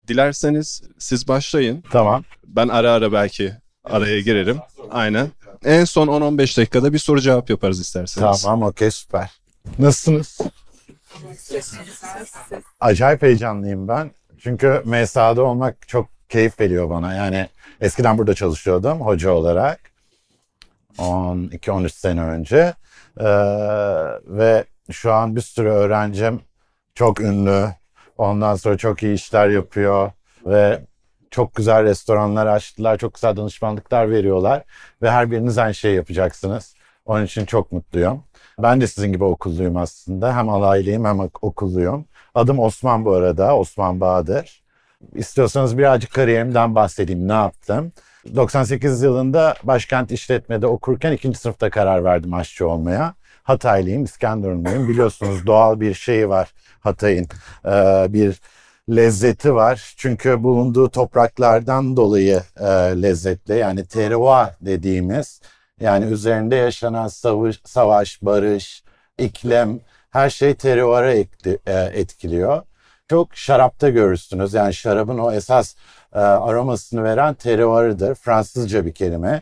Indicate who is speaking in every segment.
Speaker 1: Dilerseniz siz başlayın.
Speaker 2: Tamam.
Speaker 1: Ben ara ara belki araya girerim. Aynen. En son 10-15 dakikada bir soru cevap yaparız isterseniz.
Speaker 2: Tamam, okey, süper. Nasılsınız? Acayip heyecanlıyım ben. Çünkü MSA'da olmak çok keyif veriyor bana. Yani eskiden burada çalışıyordum hoca olarak. 12-13 sene önce. Ve şu an bir sürü öğrencim çok ünlü. Ondan sonra çok iyi işler yapıyor. Ve çok güzel restoranlar açtılar. Çok güzel danışmanlıklar veriyorlar. Ve her biriniz aynı şeyi yapacaksınız. Onun için çok mutluyum. Ben de sizin gibi okulluyum aslında. Hem alaylıyım hem okulluyum. Adım Osman bu arada. Osman Bahadır. İstiyorsanız birazcık kariyerimden bahsedeyim. Ne yaptım? 98 yılında Başkent İşletme'de okurken 2. sınıfta karar verdim aşçı olmaya. Hataylıyım, İskenderunluyum. Biliyorsunuz doğal bir şeyi var Hatay'ın. Bir lezzeti var. Çünkü bulunduğu topraklardan dolayı lezzetli. Yani terroir dediğimiz, yani üzerinde yaşanan savaş, barış, iklim, her şey terroir'a etkiliyor. Çok şarapta görürsünüz. Yani şarabın o esas aromasını veren terroir'dır. Fransızca bir kelime.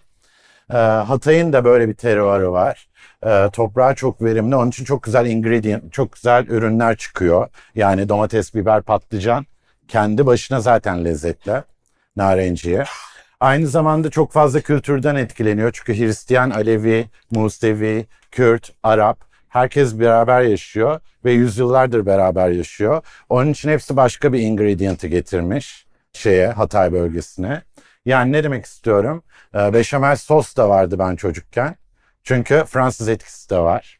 Speaker 2: Hatay'ın da böyle bir terroir'ı var. Toprağı çok verimli. Onun için çok güzel ingredient, çok güzel ürünler çıkıyor. Yani domates, biber, patlıcan kendi başına zaten lezzetli. Narenciye. Aynı zamanda çok fazla kültürden etkileniyor. Çünkü Hristiyan, Alevi, Musevi, Kürt, Arap herkes beraber yaşıyor ve yüzyıllardır beraber yaşıyor. Onun için hepsi başka bir ingredient'ı getirmiş Hatay bölgesine. Yani ne demek istiyorum? Beşamel sos da vardı ben çocukken. Çünkü Fransız etkisi de var.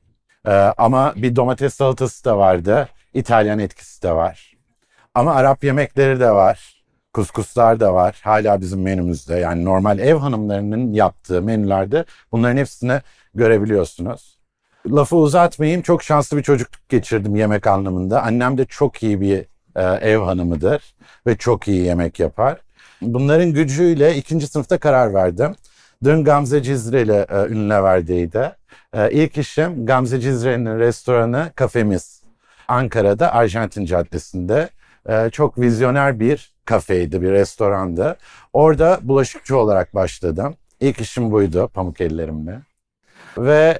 Speaker 2: Ama bir domates salatası da vardı. İtalyan etkisi de var. Ama Arap yemekleri de var. Kuskuslar da var. Hala bizim menümüzde. Yani normal ev hanımlarının yaptığı menülerde bunların hepsini görebiliyorsunuz. Lafı uzatmayayım. Çok şanslı bir çocukluk geçirdim yemek anlamında. Annem de çok iyi bir ev hanımıdır ve çok iyi yemek yapar. Bunların gücüyle 2. sınıfta karar verdim. Dün Gamze Cizre ünleverdeydi. İlk işim Gamze Cizre'nin restoranı, kafemiz. Ankara'da Arjantin Caddesi'nde. Çok vizyoner bir kafeydi, bir restorandı. Orada bulaşıkçı olarak başladım. İlk işim buydu, pamuk ellerimle. Ve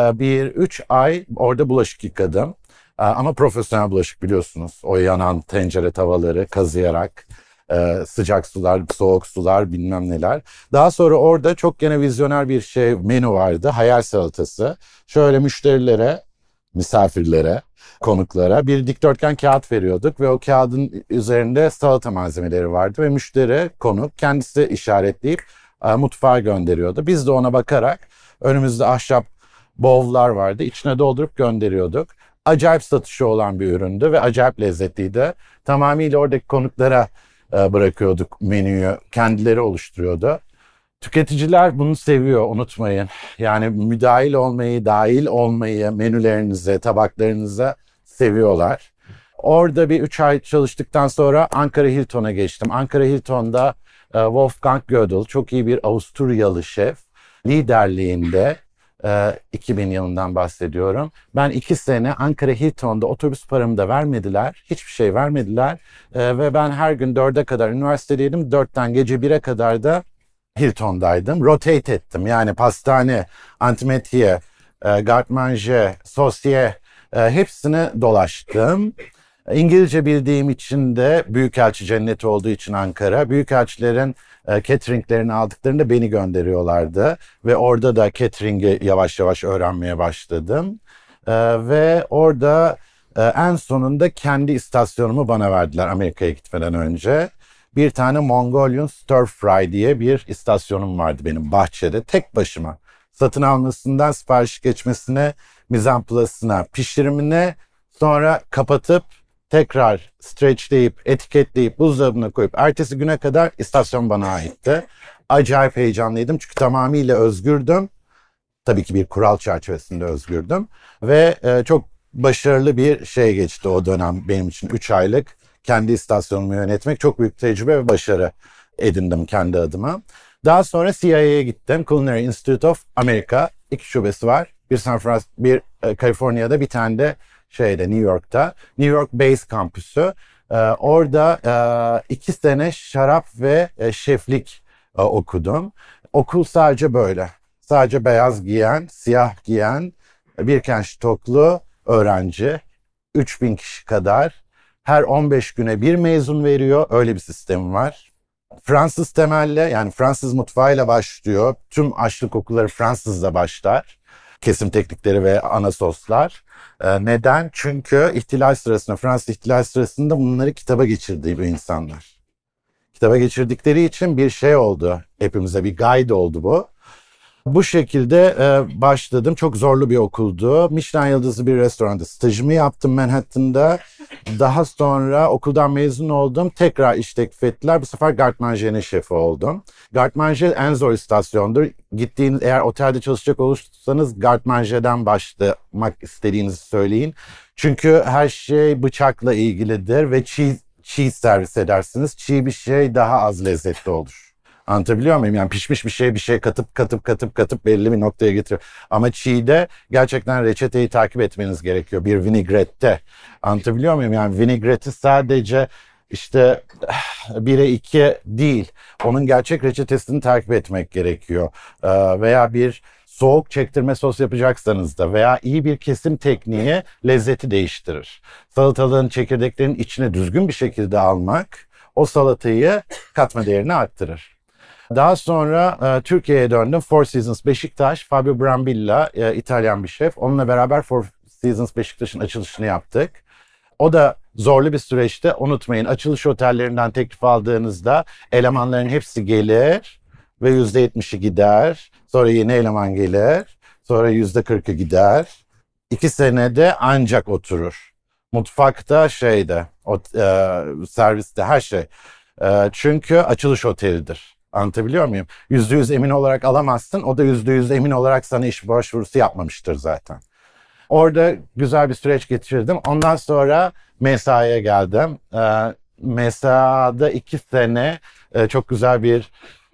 Speaker 2: 3 ay orada bulaşık yıkadım. Ama profesyonel bulaşık biliyorsunuz. O yanan tencere tavaları kazıyarak, sıcak sular, soğuk sular, bilmem neler. Daha sonra orada çok gene vizyoner bir menü vardı. Hayal salatası. Şöyle müşterilere, misafirlere, konuklara bir dikdörtgen kağıt veriyorduk ve o kağıdın üzerinde salata malzemeleri vardı ve müşteri, konuk kendisi işaretleyip mutfağa gönderiyordu. Biz de ona bakarak önümüzde ahşap bowl'lar vardı. İçine doldurup gönderiyorduk. Acayip satışı olan bir üründü ve acayip lezzetliydi. Tamamıyla oradaki konuklara bırakıyorduk menüyü. Kendileri oluşturuyordu. Tüketiciler bunu seviyor, unutmayın. Yani müdahil olmayı, dahil olmayı menülerinize, tabaklarınıza seviyorlar. Orada bir 3 ay çalıştıktan sonra Ankara Hilton'a geçtim. Ankara Hilton'da Wolfgang Gödel, çok iyi bir Avusturyalı şef liderliğinde, 2000 yılından bahsediyorum. Ben 2 sene Ankara Hilton'da otobüs paramı da vermediler. Hiçbir şey vermediler. Ve ben her gün 4'e kadar üniversitedeydim. 4'ten gece 1'e kadar da Hilton'daydım. Rotate ettim. Yani pastane, antimetiye, garde-manger, saucier hepsini dolaştım. İngilizce bildiğim için de Büyükelçi Cenneti olduğu için Ankara, büyükelçilerin cateringlerini aldıklarında beni gönderiyorlardı. Ve orada da catering'i yavaş yavaş öğrenmeye başladım. Ve orada en sonunda kendi istasyonumu bana verdiler Amerika'ya gitmeden önce. Bir tane Mongolian Stir Fry diye bir istasyonum vardı benim bahçede tek başıma. Satın almasından sipariş geçmesine, mizanplasına, pişirimine, sonra kapatıp tekrar streçleyip, etiketleyip, buzdolabına koyup ertesi güne kadar istasyon bana aitti. Acayip heyecanlıydım çünkü tamamıyla özgürdüm. Tabii ki bir kural çerçevesinde özgürdüm. Ve çok başarılı bir geçti o dönem benim için 3 aylık. Kendi istasyonumu yönetmek çok büyük tecrübe ve başarı edindim kendi adıma. Daha sonra CIA'ya gittim. Culinary Institute of America. 2 şubesi var. Bir Kaliforniya'da, bir tane de New York'ta. New York Base kampüsü. Orada 2 sene şarap ve şeflik okudum. Okul sadece böyle. Sadece beyaz giyen, siyah giyen, Birkenstock'lu öğrenci. 3000 kişi kadar. Her 15 güne bir mezun veriyor. Öyle bir sistemi var. Fransız temelli, yani Fransız mutfağıyla başlıyor. Tüm aşçılık okulları Fransız'da başlar. Kesim teknikleri ve ana soslar. Neden? Çünkü ihtilal sırasında, Fransız ihtilal sırasında bunları kitaba geçirdiği bu insanlar. Kitaba geçirdikleri için bir şey oldu. Hepimize bir guide oldu bu. Bu şekilde başladım. Çok zorlu bir okuldu. Michelin yıldızlı bir restoranda stajımı yaptım Manhattan'da. Daha sonra okuldan mezun oldum. Tekrar iş teklif ettiler. Bu sefer Garde Manger'in şefi oldum. Garde Manger en zor istasyondur. Gittiğiniz, eğer otelde çalışacak olursanız Garde Manger'den başlamak istediğinizi söyleyin. Çünkü her şey bıçakla ilgilidir ve çiğ servis edersiniz. Çiğ bir şey daha az lezzetli olur. Anlatabiliyor muyum? Yani pişmiş bir şey katıp belli bir noktaya getiriyor. Ama çiğde gerçekten reçeteyi takip etmeniz gerekiyor. Bir vinagrette. Anlatabiliyor muyum? Yani vinagreti sadece işte 1'e 2 değil. Onun gerçek reçetesini takip etmek gerekiyor. Veya bir soğuk çektirme sos yapacaksanız da veya iyi bir kesim tekniği lezzeti değiştirir. Salatalığın çekirdeklerinin içine düzgün bir şekilde almak o salatayı katma değerini arttırır. Daha sonra Türkiye'ye döndüm. Four Seasons Beşiktaş, Fabio Brambilla, İtalyan bir şef. Onunla beraber Four Seasons Beşiktaş'ın açılışını yaptık. O da zorlu bir süreçti. Unutmayın, açılış otellerinden teklif aldığınızda elemanların hepsi gelir ve %70'i gider. Sonra yeni eleman gelir. Sonra %40'ı gider. 2 senede ancak oturur. Mutfakta serviste her şey. Çünkü açılış otelidir. Anlatabiliyor muyum? %100 emin olarak alamazsın. O da %100 emin olarak sana iş başvurusu yapmamıştır zaten. Orada güzel bir süreç geçirdim. Ondan sonra Mesa'ya geldim. Mesa'da 2 sene çok güzel bir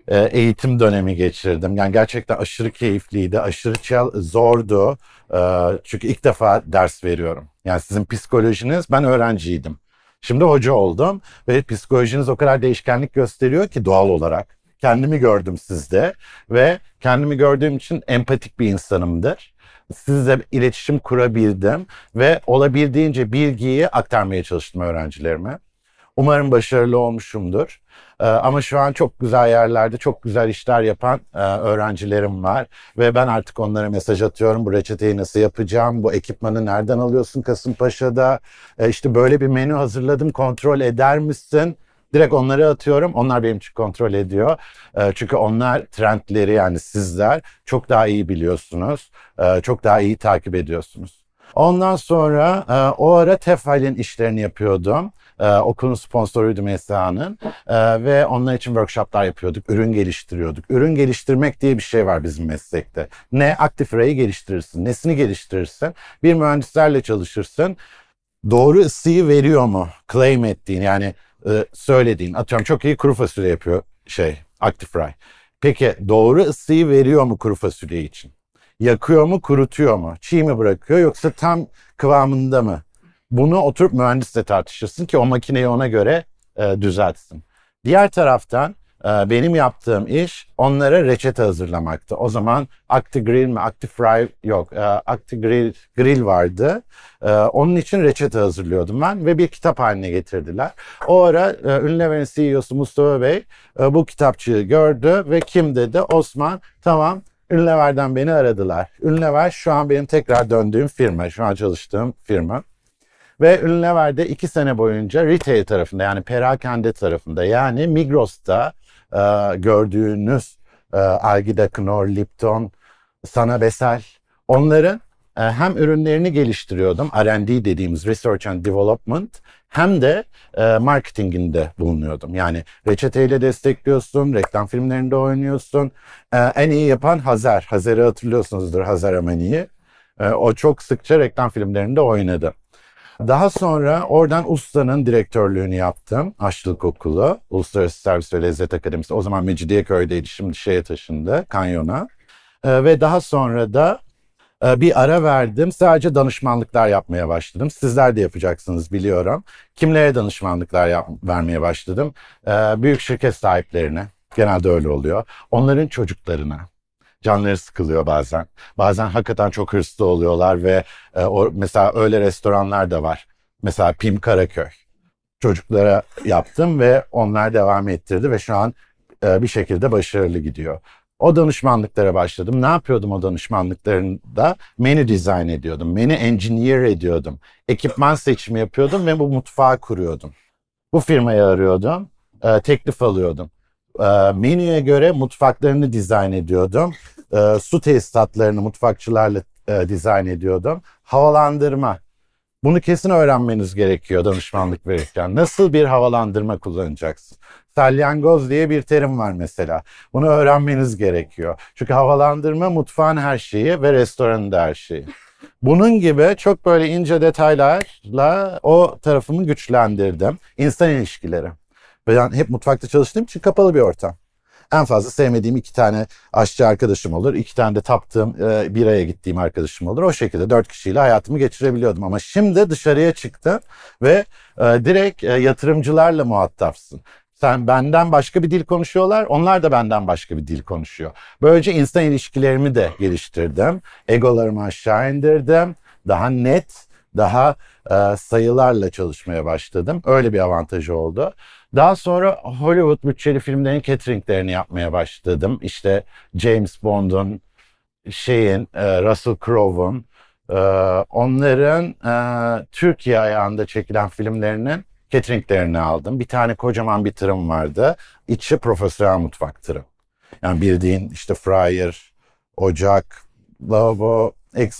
Speaker 2: eğitim dönemi geçirdim. Yani gerçekten aşırı keyifliydi, aşırı zordu. Çünkü ilk defa ders veriyorum. Yani sizin psikolojiniz, ben öğrenciydim. Şimdi hoca oldum ve psikolojiniz o kadar değişkenlik gösteriyor ki doğal olarak. Kendimi gördüm sizde ve kendimi gördüğüm için empatik bir insanımdır. Sizle iletişim kurabildim ve olabildiğince bilgiyi aktarmaya çalıştım öğrencilerime. Umarım başarılı olmuşumdur. Ama şu an çok güzel yerlerde, çok güzel işler yapan öğrencilerim var. Ve ben artık onlara mesaj atıyorum. Bu reçeteyi nasıl yapacağım? Bu ekipmanı nereden alıyorsun Kasımpaşa'da? İşte böyle bir menü hazırladım. Kontrol eder misin? Direkt onları atıyorum. Onlar benim için kontrol ediyor. Çünkü onlar trendleri, yani sizler çok daha iyi biliyorsunuz. Çok daha iyi takip ediyorsunuz. Ondan sonra o ara Tefal'in işlerini yapıyordum. Okulun sponsoruydu Mesa'nın ve onlar için workshoplar yapıyorduk, ürün geliştiriyorduk. Ürün geliştirmek diye bir şey var bizim meslekte. Ne? Actifry'ı geliştirirsin. Nesini geliştirirsin? Bir mühendislerle çalışırsın. Doğru ısıyı veriyor mu? Claim ettiğin, yani söylediğin, atıyorum çok iyi kuru fasulye yapıyor Actifry. Peki doğru ısıyı veriyor mu kuru fasulye için? Yakıyor mu, kurutuyor mu? Çiğ mi bırakıyor yoksa tam kıvamında mı? Bunu oturup mühendisle tartışırsın ki o makineyi ona göre düzeltsin. Diğer taraftan benim yaptığım iş onlara reçete hazırlamaktı. O zaman ActiGrill mi, ActiFry yok, ActiGrill vardı. Onun için reçete hazırlıyordum ben ve bir kitap haline getirdiler. O ara Unilever'in CEO'su Mustafa Bey bu kitapçığı gördü ve kim dedi? Osman, tamam. Unilever'den beni aradılar. Unilever şu an benim tekrar döndüğüm firma, şu an çalıştığım firma. Ve Unilever'de 2 sene boyunca retail tarafında, yani perakende tarafında, yani Migros'ta gördüğünüz Algida, Knorr, Lipton, Sana Besel, onların hem ürünlerini geliştiriyordum, R&D dediğimiz Research and Development, hem de marketinginde bulunuyordum. Yani reçeteyle destekliyorsun, reklam filmlerinde oynuyorsun. En iyi yapan Hazer. Hazer'i hatırlıyorsunuzdur, Hazer Amani'yi. O çok sıkça reklam filmlerinde oynadı. Daha sonra oradan Usta'nın direktörlüğünü yaptım. Aşçılık Okulu, Uluslararası Servis ve Lezzet Akademisi. O zaman Mecidiyeköy'deydi, şimdi şeye taşındı, Kanyon'a. Ve daha sonra da Bir ara verdim. Sadece danışmanlıklar yapmaya başladım. Sizler de yapacaksınız biliyorum. Kimlere danışmanlıklar vermeye başladım? Büyük şirket sahiplerine. Genelde öyle oluyor. Onların çocuklarına. Canları sıkılıyor bazen. Bazen hakikaten çok hırslı oluyorlar ve mesela öyle restoranlar da var. Mesela Pim Karaköy. Çocuklara yaptım ve onlar devam ettirdi ve şu an bir şekilde başarılı gidiyor. O danışmanlıklara başladım. Ne yapıyordum o danışmanlıklarında? Menü dizayn ediyordum. Menü engineer ediyordum. Ekipman seçimi yapıyordum ve bu mutfağı kuruyordum. Bu firmayı arıyordum. Teklif alıyordum. Menüye göre mutfaklarını dizayn ediyordum. Su tesisatlarını mutfakçılarla dizayn ediyordum. Havalandırma. Bunu kesin öğrenmeniz gerekiyor danışmanlık verirken. Nasıl bir havalandırma kullanacaksın? Salyangoz diye bir terim var mesela. Bunu öğrenmeniz gerekiyor. Çünkü havalandırma mutfağın her şeyi ve restoranın da her şeyi. Bunun gibi çok böyle ince detaylarla o tarafımı güçlendirdim. İnsan ilişkileri. Ben hep mutfakta çalıştığım için kapalı bir ortam. En fazla sevmediğim 2 tane aşçı arkadaşım olur. 2 tane de taptığım biraya gittiğim arkadaşım olur. O şekilde 4 kişiyle hayatımı geçirebiliyordum. Ama şimdi dışarıya çıktım ve direkt yatırımcılarla muhatapsın. Sen benden başka bir dil konuşuyorlar, onlar da benden başka bir dil konuşuyor. Böylece insan ilişkilerimi de geliştirdim. Egolarımı aşağı indirdim. Daha net, daha sayılarla çalışmaya başladım. Öyle bir avantajı oldu. Daha sonra Hollywood bütçeli filmlerin cateringlerini yapmaya başladım. İşte James Bond'un, Russell Crowe'un, onların Türkiye ayağında çekilen filmlerinin cateringlerini aldım. Bir tane kocaman bir tırım vardı. İçi profesyonel mutfak tırı. Yani bildiğin işte fryer, ocak, lavabo,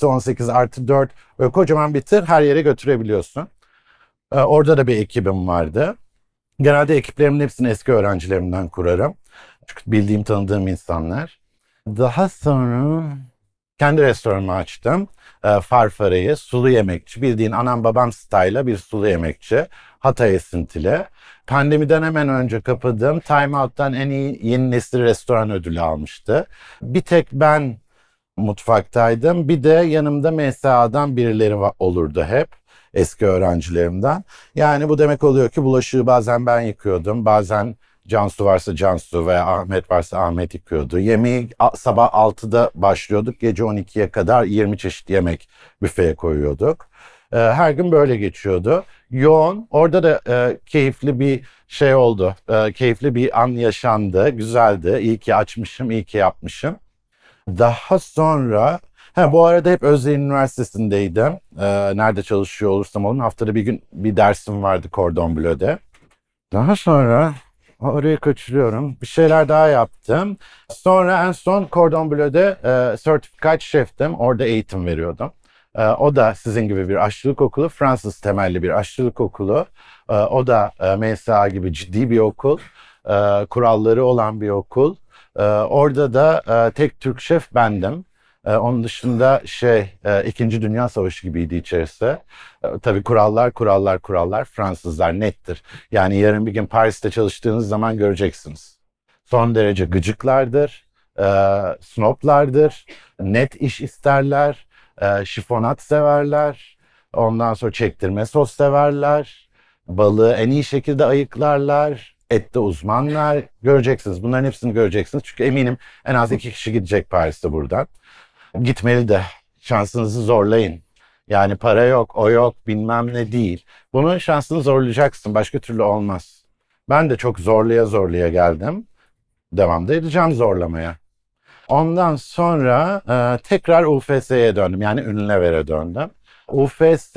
Speaker 2: -18+4 böyle kocaman bir tır her yere götürebiliyorsun. Orada da bir ekibim vardı. Genelde ekiplerimin hepsini eski öğrencilerimden kurarım. Çünkü bildiğim, tanıdığım insanlar. Daha sonra kendi restoranımı açtım. Farfara'yı, sulu yemekçi. Bildiğin anam babam style'a bir sulu yemekçi. Hatay esintili. Pandemiden hemen önce kapadığım Time Out'tan en iyi yeni nesil restoran ödülü almıştı. Bir tek ben mutfaktaydım. Bir de yanımda MSA'dan birileri olurdu hep. Eski öğrencilerimden. Yani bu demek oluyor ki bulaşığı bazen ben yıkıyordum. Bazen Cansu varsa Cansu veya Ahmet varsa Ahmet yıkıyordu. Yemeği sabah 6'da başlıyorduk. Gece 12'ye kadar 20 çeşit yemek büfeye koyuyorduk. Her gün böyle geçiyordu. Yoğun. Orada da keyifli bir şey oldu. Keyifli bir an yaşandı. Güzeldi. İyi ki açmışım, iyi ki yapmışım. Daha sonra bu arada hep Özyeğin Üniversitesi'ndeydim. Nerede çalışıyor olursam olun haftada bir gün bir dersim vardı Cordon Bleu'de. Daha sonra orayı kaçırıyorum. Bir şeyler daha yaptım. Sonra en son Cordon Bleu'de Certified Chef'tim. Orada eğitim veriyordum. O da sizin gibi bir aşçılık okulu. Fransız temelli bir aşçılık okulu. O da MSA gibi ciddi bir okul. Kuralları olan bir okul. Orada da tek Türk şef bendim. Onun dışında 2. Dünya Savaşı gibiydi içerisi. Tabii kurallar. Fransızlar nettir. Yani yarın bir gün Paris'te çalıştığınız zaman göreceksiniz. Son derece gıcıklardır, snoblardır, net iş isterler, şifonat severler, ondan sonra çektirme sos severler, balığı en iyi şekilde ayıklarlar, ette uzmanlar. Göreceksiniz. Bunların hepsini göreceksiniz. Çünkü eminim en az 2 kişi gidecek Paris'te buradan. Gitmeli de şansınızı zorlayın. Yani para yok, o yok, bilmem ne değil. Bunun şansını zorlayacaksın. Başka türlü olmaz. Ben de çok zorlaya geldim. Devam da edeceğim zorlamaya. Ondan sonra tekrar UFS'ye döndüm. Yani Unilever'e döndüm. UFS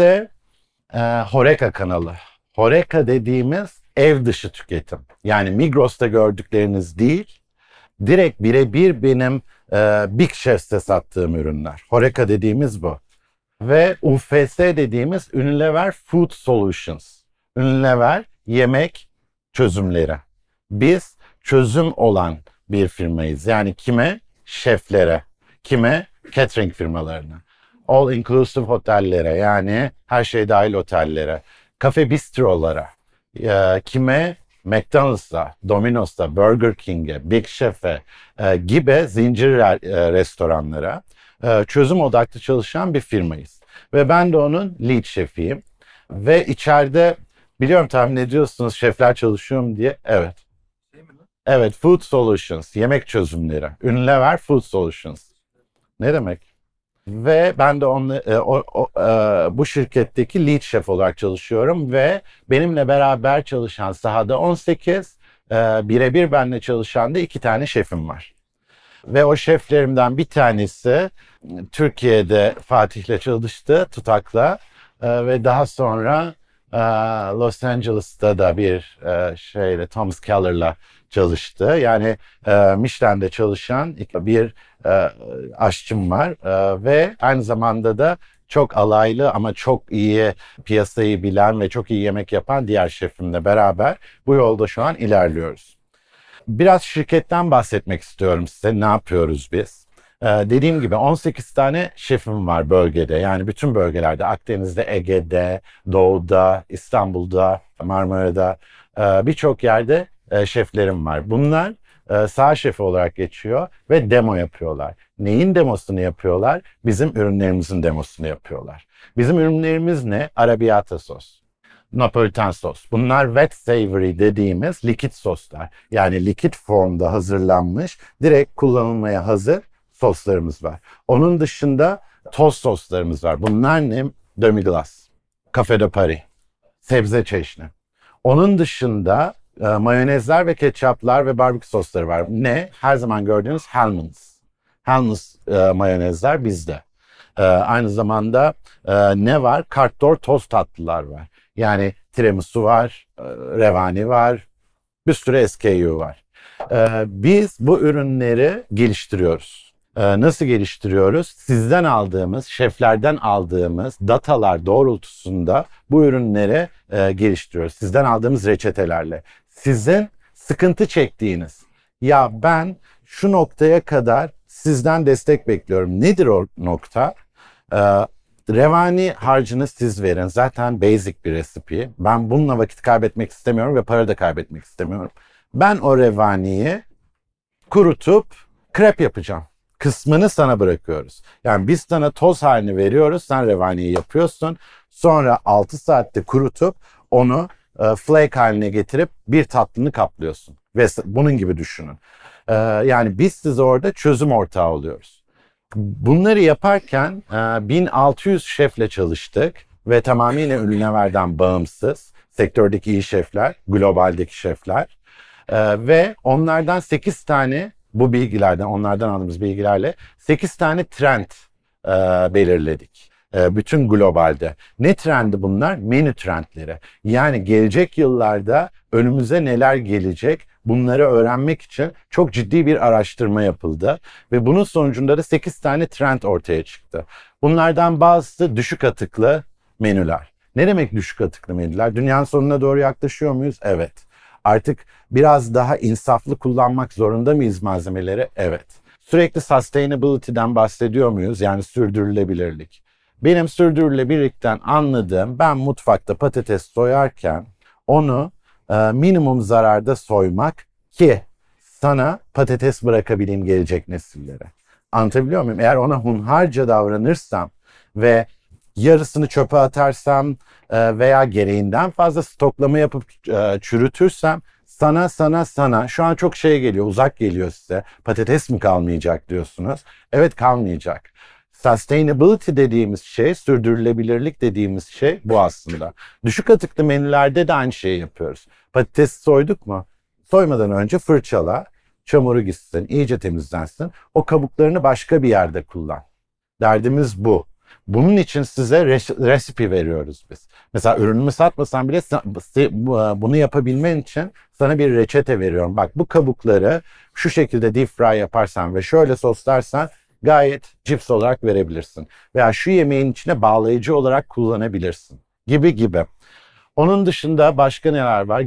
Speaker 2: Horeca kanalı. Horeca dediğimiz ev dışı tüketim. Yani Migros'ta gördükleriniz değil, direkt birebir benim Big Chef'te sattığım ürünler. Horeca dediğimiz bu. Ve UFS dediğimiz Unilever Food Solutions. Unilever yemek çözümleri. Biz çözüm olan bir firmayız. Yani kime? Şeflere. Kime? Catering firmalarına. All inclusive otellere, yani her şey dahil otellere. Kafe bistrolara. Kime? McDonald's'a, Domino's'a, Burger King'e, Big Chef'e gibi zincir restoranlara çözüm odaklı çalışan bir firmayız. Ve ben de onun lead şefiyim. Ve içeride biliyorum tahmin ediyorsunuz şefler çalışıyor mu diye. Evet. Evet, Food Solutions, yemek çözümleri. Unilever Food Solutions. Ne demek? Ve ben de bu şirketteki lead şef olarak çalışıyorum ve benimle beraber çalışan sahada 18, birebir benimle çalışan da 2 tane şefim var. Ve o şeflerimden bir tanesi Türkiye'de Fatih'le çalıştı, Tutak'la ve daha sonra Los Angeles'ta da bir Thomas Keller'la çalıştı. Yani Michelin'de çalışan bir aşçım var ve aynı zamanda da çok alaylı ama çok iyi piyasayı bilen ve çok iyi yemek yapan diğer şefimle beraber bu yolda şu an ilerliyoruz. Biraz şirketten bahsetmek istiyorum size. Ne yapıyoruz biz? Dediğim gibi 18 tane şefim var bölgede. Yani bütün bölgelerde, Akdeniz'de, Ege'de, Doğu'da, İstanbul'da, Marmara'da birçok yerde şeflerim var. Bunlar saha şefi olarak geçiyor ve demo yapıyorlar. Neyin demosunu yapıyorlar? Bizim ürünlerimizin demosunu yapıyorlar. Bizim ürünlerimiz ne? Arrabbiata sos, Napolitan sos. Bunlar wet savory dediğimiz likit soslar. Yani likit formda hazırlanmış, direkt kullanılmaya hazır soslarımız var. Onun dışında toz soslarımız var. Bunlar ne? Demi-glace, Café de Paris, sebze çeşni. Onun dışında mayonezler ve ketçaplar ve barbekü sosları var. Ne? Her zaman gördüğünüz Hellmann's. Hellmann's mayonezler bizde. Aynı zamanda ne var? Kartdor toz tatlılar var. Yani tiramisu var, revani var, bir sürü SKU var. Biz bu ürünleri geliştiriyoruz. Nasıl geliştiriyoruz? Sizden aldığımız, şeflerden aldığımız datalar doğrultusunda bu ürünleri geliştiriyoruz. Sizden aldığımız reçetelerle. Sizin sıkıntı çektiğiniz, ya ben şu noktaya kadar sizden destek bekliyorum. Nedir o nokta? Revani harcını siz verin. Zaten basic bir recipe. Ben bununla vakit kaybetmek istemiyorum ve para da kaybetmek istemiyorum. Ben o revaniyi kurutup krep yapacağım. Kısmını sana bırakıyoruz. Yani biz sana toz halini veriyoruz. Sen revaniyi yapıyorsun. Sonra 6 saatte kurutup onu flake haline getirip bir tatlını kaplıyorsun. Ve bunun gibi düşünün. Yani biz size orada çözüm ortağı oluyoruz. Bunları yaparken 1600 şefle çalıştık ve tamamıyla Unilever'den bağımsız. Sektördeki iyi şefler, globaldeki şefler. Ve onlardan 8 tane bu bilgilerden, onlardan aldığımız bilgilerle 8 tane trend belirledik. Bütün globalde. Ne trendi bunlar? Menü trendleri. Yani gelecek yıllarda önümüze neler gelecek bunları öğrenmek için çok ciddi bir araştırma yapıldı. Ve bunun sonucunda da 8 tane trend ortaya çıktı. Bunlardan bazısı düşük atıklı menüler. Ne demek düşük atıklı menüler? Dünyanın sonuna doğru yaklaşıyor muyuz? Evet. Artık biraz daha insaflı kullanmak zorunda mıyız malzemeleri? Evet. Sürekli sustainability'den bahsediyor muyuz? Yani sürdürülebilirlik. Benim sürdürülebilirlikten anladığım, ben mutfakta patates soyarken onu minimum zararda soymak ki sana patates bırakabileyim gelecek nesillere. Anlatabiliyor muyum? Eğer ona hunharca davranırsam ve yarısını çöpe atarsam veya gereğinden fazla stoklama yapıp çürütürsem sana şu an çok şey geliyor, uzak geliyor size. Patates mi kalmayacak diyorsunuz? Evet, kalmayacak. Sustainability dediğimiz şey, sürdürülebilirlik dediğimiz şey bu aslında. Düşük atıklı menülerde de aynı şeyi yapıyoruz. Patatesi soyduk mu? Soymadan önce fırçala, çamuru gitsin, iyice temizlensin. O kabuklarını başka bir yerde kullan. Derdimiz bu. Bunun için size recipe veriyoruz biz. Mesela ürünümü satmasan bile bunu yapabilmen için sana bir reçete veriyorum. Bak, bu kabukları şu şekilde deep fry yaparsan ve şöyle soslarsan gayet cips olarak verebilirsin. Veya şu yemeğin içine bağlayıcı olarak kullanabilirsin. Gibi. Onun dışında başka neler var?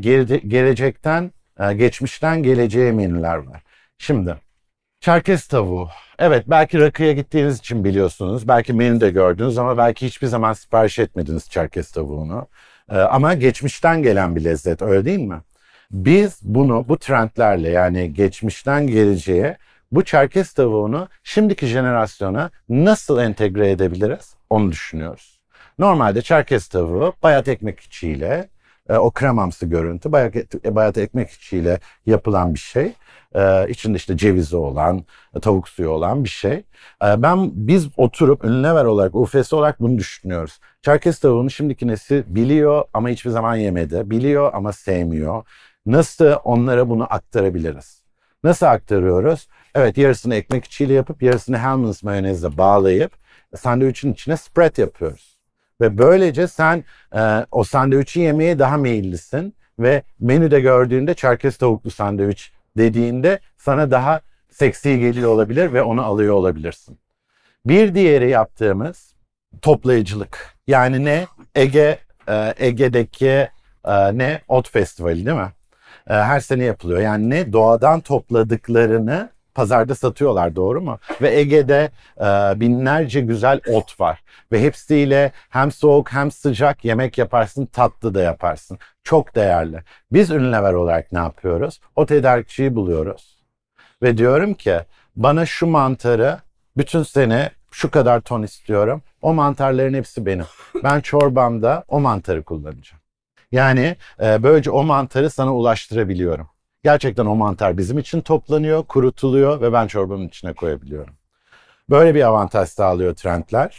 Speaker 2: Geçmişten geleceğe menüler var. Şimdi Çerkez tavuğu. Evet, belki rakıya gittiğiniz için biliyorsunuz. Belki menüde gördünüz ama belki hiçbir zaman sipariş etmediniz Çerkez tavuğunu. Ama geçmişten gelen bir lezzet, öyle değil mi? Biz bunu bu trendlerle, yani geçmişten geleceğe, bu Çerkez tavuğunu şimdiki jenerasyona nasıl entegre edebiliriz onu düşünüyoruz. Normalde Çerkez tavuğu bayat ekmek içiyle, o kremamsı görüntü bayat ekmek içiyle yapılan bir şey. İçinde işte cevizi olan, tavuk suyu olan bir şey. Biz oturup ünlüver olarak, UFS olarak bunu düşünüyoruz. Çerkez tavuğunu şimdiki nesil biliyor ama hiçbir zaman yemedi. Biliyor ama sevmiyor. Nasıl onlara bunu aktarabiliriz? Nasıl aktarıyoruz? Evet, yarısını ekmek içiyle yapıp yarısını Hellmann's mayonezle bağlayıp sandviçin içine spread yapıyoruz. Ve böylece sen o sandviçi yemeye daha meyillisin ve menüde gördüğünde Çerkez tavuklu sandviç dediğinde sana daha seksi geliyor olabilir ve onu alıyor olabilirsin. Bir diğeri yaptığımız toplayıcılık. Yani ne? Ege'deki ne? Ot Festivali değil mi? Her sene yapılıyor. Yani ne? Doğadan topladıklarını pazarda satıyorlar, doğru mu? Ve Ege'de binlerce güzel ot var. Ve hepsiyle hem soğuk hem sıcak yemek yaparsın, tatlı da yaparsın. Çok değerli. Biz Unilever olarak ne yapıyoruz? O tedarikçiyi buluyoruz. Ve diyorum ki bana şu mantarı bütün sene şu kadar ton istiyorum. O mantarların hepsi benim. Ben çorbamda o mantarı kullanacağım. Yani böylece o mantarı sana ulaştırabiliyorum. Gerçekten o mantar bizim için toplanıyor, kurutuluyor ve ben çorbamın içine koyabiliyorum. Böyle bir avantaj sağlıyor trendler.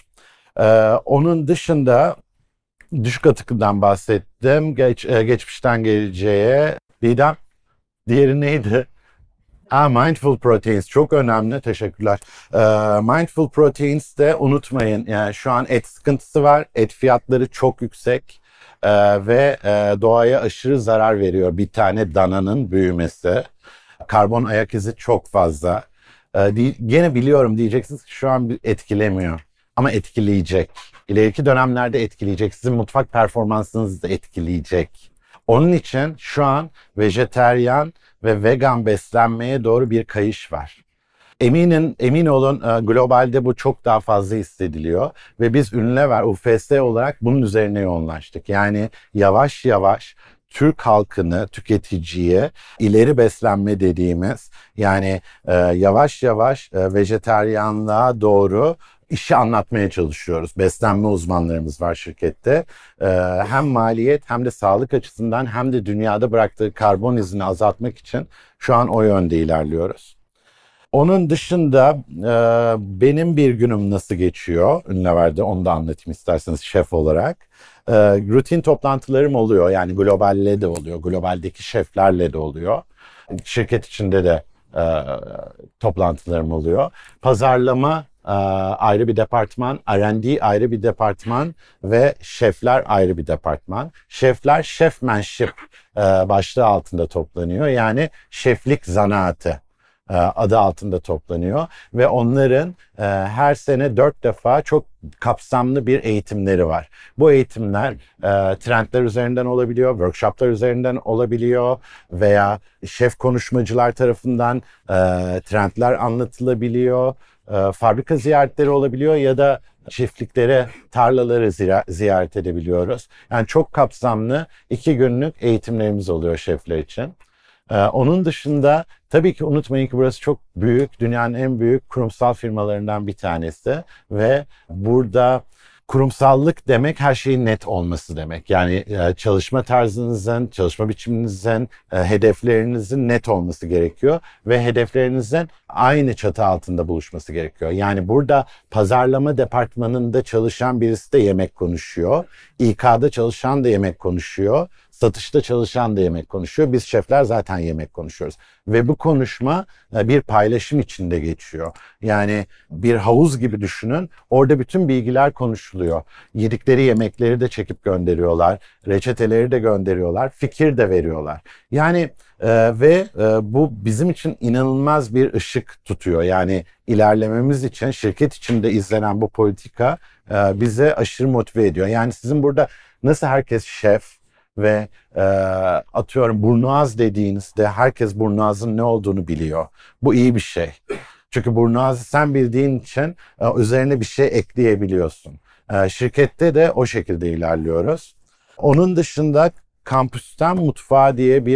Speaker 2: Onun dışında düşük atıktan bahsettim. Geçmişten geleceğe. Didem, diğeri neydi? Mindful Proteins çok önemli. Teşekkürler. Mindful Proteins de unutmayın. Yani şu an et sıkıntısı var. Et fiyatları çok yüksek. Ve doğaya aşırı zarar veriyor bir tane dananın büyümesi. Karbon ayak izi çok fazla. Gene biliyorum diyeceksiniz ki şu an etkilemiyor. Ama etkileyecek. İleriki dönemlerde etkileyecek. Sizin mutfak performansınızı da etkileyecek. Onun için şu an vejeteryan ve vegan beslenmeye doğru bir kayış var. Emin olun globalde bu çok daha fazla hissediliyor ve biz Unilever UFS olarak bunun üzerine yoğunlaştık. Yani yavaş yavaş Türk halkını, tüketiciye ileri beslenme dediğimiz, yani yavaş yavaş vejeteryanlığa doğru işi anlatmaya çalışıyoruz. Beslenme uzmanlarımız var şirkette. Hem maliyet hem de sağlık açısından hem de dünyada bıraktığı karbon izini azaltmak için şu an o yönde ilerliyoruz. Onun dışında benim bir günüm nasıl geçiyor Unilever'de, onu da anlatayım isterseniz şef olarak. Rutin toplantılarım oluyor, yani globalle de oluyor, globaldeki şeflerle de oluyor. Şirket içinde de toplantılarım oluyor. Pazarlama ayrı bir departman, R&D ayrı bir departman ve şefler ayrı bir departman. Şefler şefmanship başlığı altında toplanıyor, yani şeflik zanaatı adı altında toplanıyor ve onların her sene 4 defa çok kapsamlı bir eğitimleri var. Bu eğitimler trendler üzerinden olabiliyor, workshoplar üzerinden olabiliyor veya şef konuşmacılar tarafından trendler anlatılabiliyor, fabrika ziyaretleri olabiliyor ya da çiftliklere, tarlaları ziyaret edebiliyoruz. Yani çok kapsamlı 2 günlük eğitimlerimiz oluyor şefler için. Onun dışında tabii ki unutmayın ki burası çok büyük, dünyanın en büyük kurumsal firmalarından bir tanesi ve burada kurumsallık demek her şeyin net olması demek. Yani çalışma tarzınızın, çalışma biçiminizin, hedeflerinizin net olması gerekiyor ve hedeflerinizin aynı çatı altında buluşması gerekiyor. Yani burada pazarlama departmanında çalışan birisi de yemek konuşuyor, İK'da çalışan da yemek konuşuyor, satışta çalışan da yemek konuşuyor. Biz şefler zaten yemek konuşuyoruz. Ve bu konuşma bir paylaşım içinde geçiyor. Yani bir havuz gibi düşünün. Orada bütün bilgiler konuşuluyor. Yedikleri yemekleri de çekip gönderiyorlar. Reçeteleri de gönderiyorlar. Fikir de veriyorlar. Yani bu bizim için inanılmaz bir ışık tutuyor. Yani ilerlememiz için şirket içinde izlenen bu politika bize aşırı motive ediyor. Yani sizin burada nasıl herkes şef ve atıyorum burnuaz dediğinizde herkes burnuazın ne olduğunu biliyor. Bu iyi bir şey. Çünkü burnuazı sen bildiğin için üzerine bir şey ekleyebiliyorsun. Şirkette de o şekilde ilerliyoruz. Onun dışında kampüsten mutfağa diye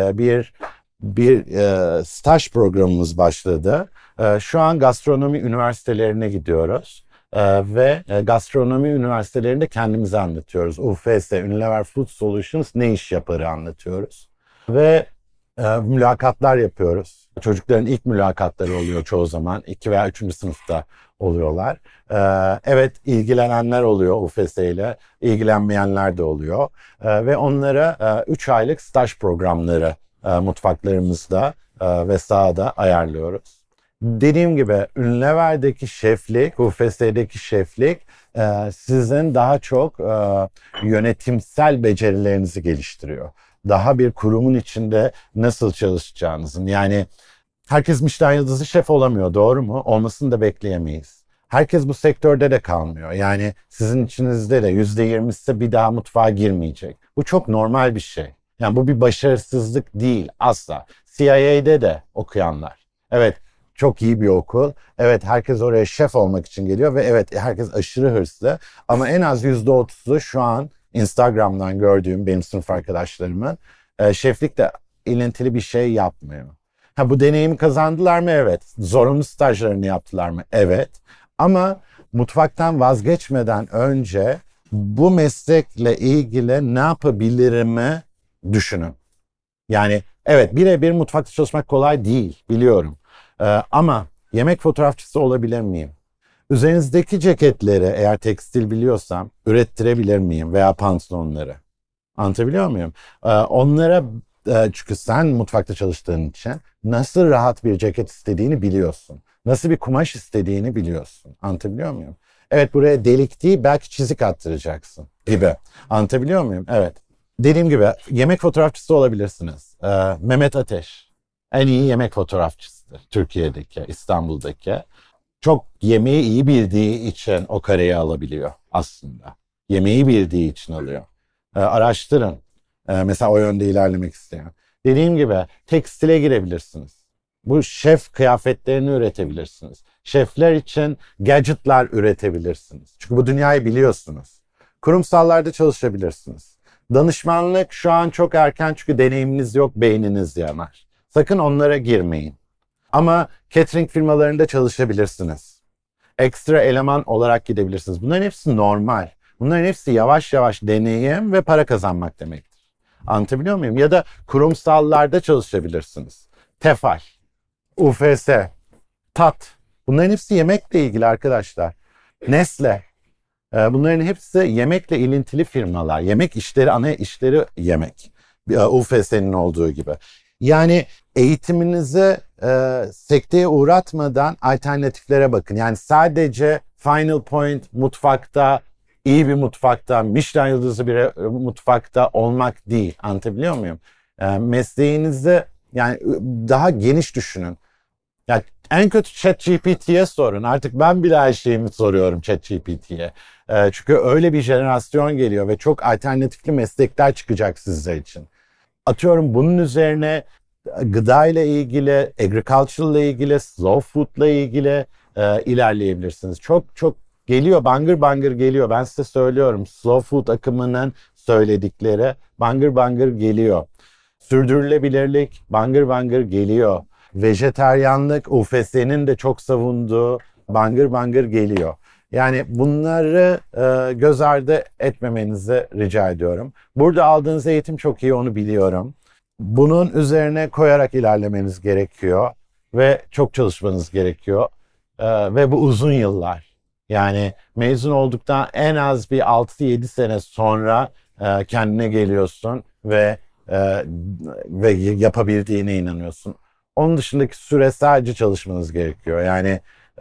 Speaker 2: bir staj programımız başladı. Şu an gastronomi üniversitelerine gidiyoruz. Ve gastronomi üniversitelerinde kendimizi anlatıyoruz. UFS, Unilever Food Solutions ne iş yaparı anlatıyoruz. Ve mülakatlar yapıyoruz. Çocukların ilk mülakatları oluyor çoğu zaman. 2 veya 3. sınıfta oluyorlar. Evet, ilgilenenler oluyor UFS ile, ilgilenmeyenler de oluyor. Ve onlara 3 aylık staj programları mutfaklarımızda ve sahada ayarlıyoruz. Dediğim gibi Unilever'deki şeflik, UFS'deki şeflik sizin daha çok yönetimsel becerilerinizi geliştiriyor. Daha bir kurumun içinde nasıl çalışacağınızın. Yani herkes Michelin yıldızı şef olamıyor, doğru mu? Olmasını da bekleyemeyiz. Herkes bu sektörde de kalmıyor. Yani sizin içinizde de %20'si bir daha mutfağa girmeyecek. Bu çok normal bir şey. Yani bu bir başarısızlık değil asla. CIA'de de okuyanlar. Evet, çok iyi bir okul. Evet, herkes oraya şef olmak için geliyor ve evet, herkes aşırı hırslı. Ama en az %30'u şu an Instagram'dan gördüğüm benim sınıf arkadaşlarımın şeflikle ilintili bir şey yapmıyor. Bu deneyimi kazandılar mı? Evet. Zorunlu stajlarını yaptılar mı? Evet. Ama mutfaktan vazgeçmeden önce bu meslekle ilgili ne yapabilirimi düşünün. Yani evet, birebir mutfakta çalışmak kolay değil, biliyorum. Ama yemek fotoğrafçısı olabilir miyim? Üzerinizdeki ceketleri eğer tekstil biliyorsam ürettirebilir miyim veya pantolonları? Anlatabiliyor muyum? Onlara çünkü sen mutfakta çalıştığın için nasıl rahat bir ceket istediğini biliyorsun. Nasıl bir kumaş istediğini biliyorsun. Anlatabiliyor muyum? Evet, buraya delik değil belki çizik attıracaksın gibi. Anlatabiliyor muyum? Evet. Dediğim gibi yemek fotoğrafçısı olabilirsiniz. Mehmet Ateş en iyi yemek fotoğrafçısıdır Türkiye'deki, İstanbul'daki. Çok yemeği iyi bildiği için o kareyi alabiliyor aslında. Yemeği bildiği için alıyor. Araştırın. Mesela o yönde ilerlemek isteyen. Dediğim gibi tekstile girebilirsiniz. Bu şef kıyafetlerini üretebilirsiniz. Şefler için gadgetlar üretebilirsiniz. Çünkü bu dünyayı biliyorsunuz. Kurumsallarda çalışabilirsiniz. Danışmanlık şu an çok erken çünkü deneyiminiz yok, beyniniz yanar. Sakın onlara girmeyin. Ama catering firmalarında çalışabilirsiniz. Ekstra eleman olarak gidebilirsiniz. Bunların hepsi normal. Bunların hepsi yavaş yavaş deneyim ve para kazanmak demektir. Anlatabiliyor muyum? Ya da kurumsallarda çalışabilirsiniz. Tefal, UFS, Tat. Bunların hepsi yemekle ilgili arkadaşlar. Nestle. Bunların hepsi yemekle ilintili firmalar. Yemek işleri, ana işleri yemek. UFS'nin olduğu gibi. Yani eğitiminizi sekteye uğratmadan alternatiflere bakın. Yani sadece Final Point mutfakta, iyi bir mutfakta, Michelin yıldızı bir mutfakta olmak değil. Anlatabiliyor muyum? Mesleğinizi yani daha geniş düşünün. Yani en kötü ChatGPT'ye sorun. Artık ben bile her şeyimi soruyorum ChatGPT'ye. Çünkü öyle bir jenerasyon geliyor ve çok alternatifli meslekler çıkacak sizler için. Atıyorum bunun üzerine gıda ile ilgili, agricultural ile ilgili, slow food ile ilgili ilerleyebilirsiniz. Çok çok geliyor, bangır bangır geliyor. Ben size söylüyorum, slow food akımının söyledikleri bangır bangır geliyor. Sürdürülebilirlik bangır bangır geliyor. Vejeteryanlık, UFS'nin de çok savunduğu bangır bangır geliyor. Yani bunları göz ardı etmemenizi rica ediyorum. Burada aldığınız eğitim çok iyi, onu biliyorum. Bunun üzerine koyarak ilerlemeniz gerekiyor ve çok çalışmanız gerekiyor. Ve bu uzun yıllar. Yani mezun olduktan en az bir 6-7 sene sonra kendine geliyorsun ve yapabildiğine inanıyorsun. Onun dışındaki süre sadece çalışmanız gerekiyor. Yani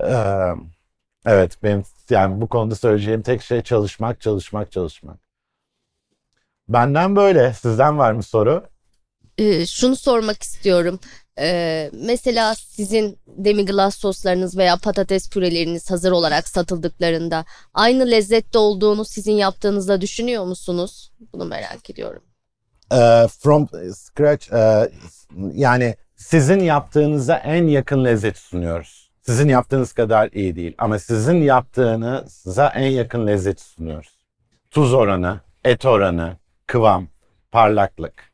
Speaker 2: evet, benim yani bu konuda söyleyeceğim tek şey çalışmak, çalışmak, çalışmak. Benden böyle. Sizden var mı soru?
Speaker 3: Şunu sormak istiyorum. Mesela sizin demi-glace soslarınız veya patates püreleriniz hazır olarak satıldıklarında aynı lezzette olduğunu sizin yaptığınızda düşünüyor musunuz? Bunu merak ediyorum.
Speaker 2: From scratch, yani sizin yaptığınıza en yakın lezzet sunuyoruz. Sizin yaptığınız kadar iyi değil ama sizin yaptığınıza en yakın lezzet sunuyoruz. Tuz oranı, et oranı, kıvam. parlaklık.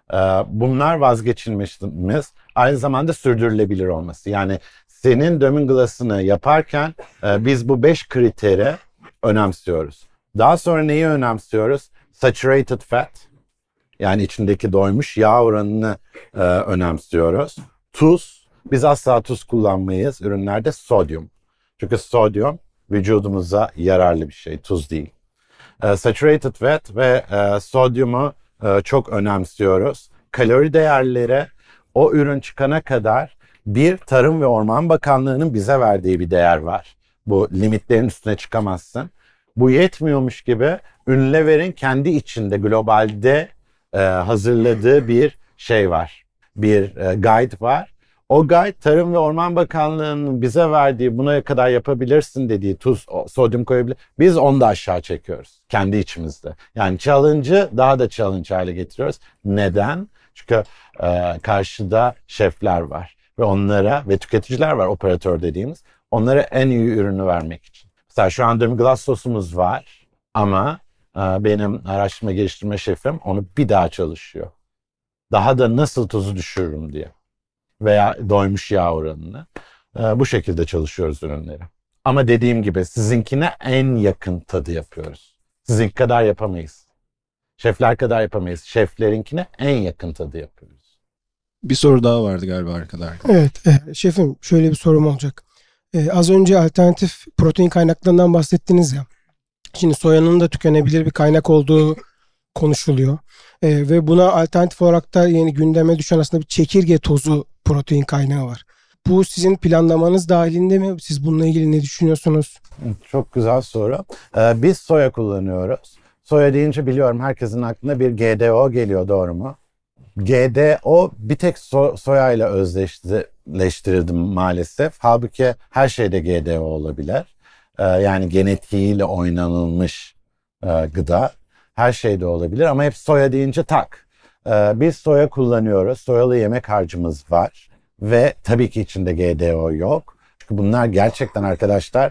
Speaker 2: Bunlar vazgeçilmezimiz. Aynı zamanda sürdürülebilir olması. Yani senin dömün glass'ını yaparken biz bu 5 kriteri önemsiyoruz. Daha sonra neyi önemsiyoruz? Saturated fat, yani içindeki doymuş yağ oranını önemsiyoruz. Tuz, biz asla tuz kullanmayız ürünlerde. Sodyum. Çünkü sodyum vücudumuza yararlı bir şey, tuz değil. Saturated fat ve sodyumu çok önemsiyoruz. Kalori değerleri o ürün çıkana kadar bir Tarım ve Orman Bakanlığı'nın bize verdiği bir değer var. Bu limitlerin üstüne çıkamazsın. Bu yetmiyormuş gibi Unilever'in kendi içinde globalde hazırladığı bir şey var. Bir guide var. O guide Tarım ve Orman Bakanlığı'nın bize verdiği buna kadar yapabilirsin dediği tuz, sodyum koyabilir. Biz onu da aşağı çekiyoruz kendi içimizde. Yani challenge'ı daha da challenge hale getiriyoruz. Neden? Çünkü karşıda şefler var ve onlara ve tüketiciler var, operatör dediğimiz. Onlara en iyi ürünü vermek için. Mesela şu an demi-glace sosumuz var ama benim araştırma geliştirme şefim onu bir daha çalışıyor. Daha da nasıl tuzu düşürürüm diye. Veya doymuş yağ oranını. Bu şekilde çalışıyoruz ürünleri. Ama dediğim gibi sizinkine en yakın tadı yapıyoruz. Sizinki kadar yapamayız. Şefler kadar yapamayız. Şeflerinkine en yakın tadı yapıyoruz.
Speaker 1: Bir soru daha vardı galiba arkada.
Speaker 4: Evet, şefim şöyle bir sorum olacak. Az önce alternatif protein kaynaklarından bahsettiniz ya. Şimdi soyanın da tükenebilir bir kaynak olduğu konuşuluyor. Ve buna alternatif olarak da yeni gündeme düşen aslında bir çekirge tozu protein kaynağı var. Bu sizin planlamanız dahilinde mi? Siz bununla ilgili ne düşünüyorsunuz?
Speaker 2: Çok güzel soru. Biz soya kullanıyoruz. Soya deyince biliyorum herkesin aklına bir GDO geliyor, doğru mu? GDO bir tek soya ile özdeşleştirildi maalesef. Halbuki her şeyde GDO olabilir. Yani genetiğiyle oynanılmış gıda. Her şeyde olabilir ama hep soya deyince tak. Biz soya kullanıyoruz. Soyalı yemek harcımız var. Ve tabii ki içinde GDO yok. Çünkü bunlar gerçekten arkadaşlar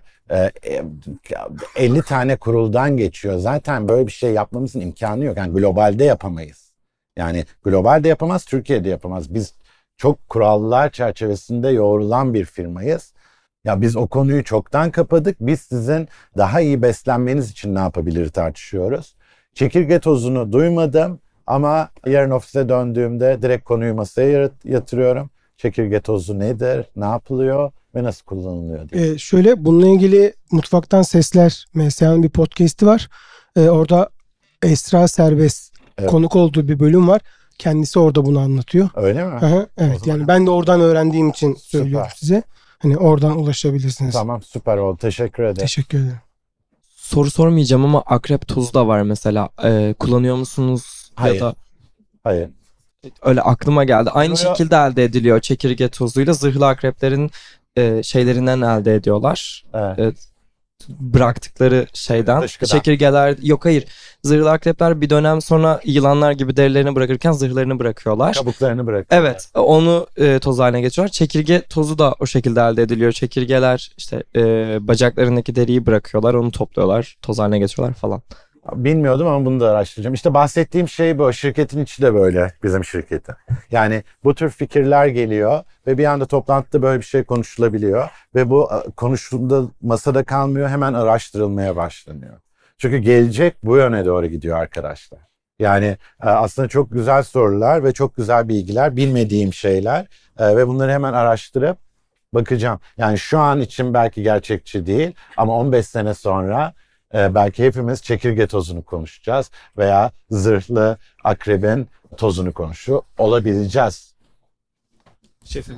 Speaker 2: 50 tane kuruldan geçiyor. Zaten böyle bir şey yapmamızın imkanı yok. Yani globalde yapamayız. Yani globalde yapamaz, Türkiye'de yapamaz. Biz çok kurallar çerçevesinde yoğrulan bir firmayız. Ya biz o konuyu çoktan kapadık. Biz sizin daha iyi beslenmeniz için ne yapabiliriz tartışıyoruz. Çekirge tozunu duymadım ama yarın ofise döndüğümde direkt konuyu masaya yatırıyorum. Çekirge tozu nedir, ne yapılıyor ve nasıl kullanılıyor diye.
Speaker 4: Şöyle bununla ilgili Mutfaktan Sesler MSA'nın bir podcast'i var. Orada Esra Serbest konuk olduğu bir bölüm var. Kendisi orada bunu anlatıyor.
Speaker 2: Öyle mi?
Speaker 4: Aha, evet, yani ben de oradan öğrendiğim için söylüyorum size. Hani oradan ulaşabilirsiniz.
Speaker 2: Tamam, süper oldu. Teşekkür ederim.
Speaker 4: Teşekkür ederim.
Speaker 5: Soru sormayacağım ama akrep tozu da var mesela. Kullanıyor musunuz?
Speaker 2: Hayır.
Speaker 5: Ya da
Speaker 2: Hayır.
Speaker 5: öyle aklıma geldi. Aynı
Speaker 2: Yo.
Speaker 5: şekilde elde ediliyor çekirge tozuyla. Zırhlı akreplerin şeylerinden elde ediyorlar.
Speaker 2: Evet.
Speaker 5: Bıraktıkları şeyden.
Speaker 2: Dışkıdan.
Speaker 5: Çekirgeler yok, hayır. Zırhlı akrepler bir dönem sonra yılanlar gibi derilerini bırakırken zırhlarını bırakıyorlar.
Speaker 2: Kabuklarını bırakıyor.
Speaker 5: Evet, onu toz haline getiriyorlar. Çekirge tozu da o şekilde elde ediliyor. Çekirgeler işte bacaklarındaki deriyi bırakıyorlar, onu topluyorlar, toz haline getiriyorlar falan.
Speaker 2: Bilmiyordum ama bunu da araştıracağım. İşte bahsettiğim şey bu. Şirketin içi de böyle, bizim şirketin. Yani bu tür fikirler geliyor ve bir anda toplantıda böyle bir şey konuşulabiliyor. Ve bu konuşulduğunda masada kalmıyor, hemen araştırılmaya başlanıyor. Çünkü gelecek bu yöne doğru gidiyor arkadaşlar. Yani aslında çok güzel sorular ve çok güzel bilgiler, bilmediğim şeyler ve bunları hemen araştırıp bakacağım. Yani şu an için belki gerçekçi değil ama 15 sene sonra belki hepimiz çekirge tozunu konuşacağız veya zırhlı akrebin tozunu konuşuyor olabileceğiz.
Speaker 4: Şefim.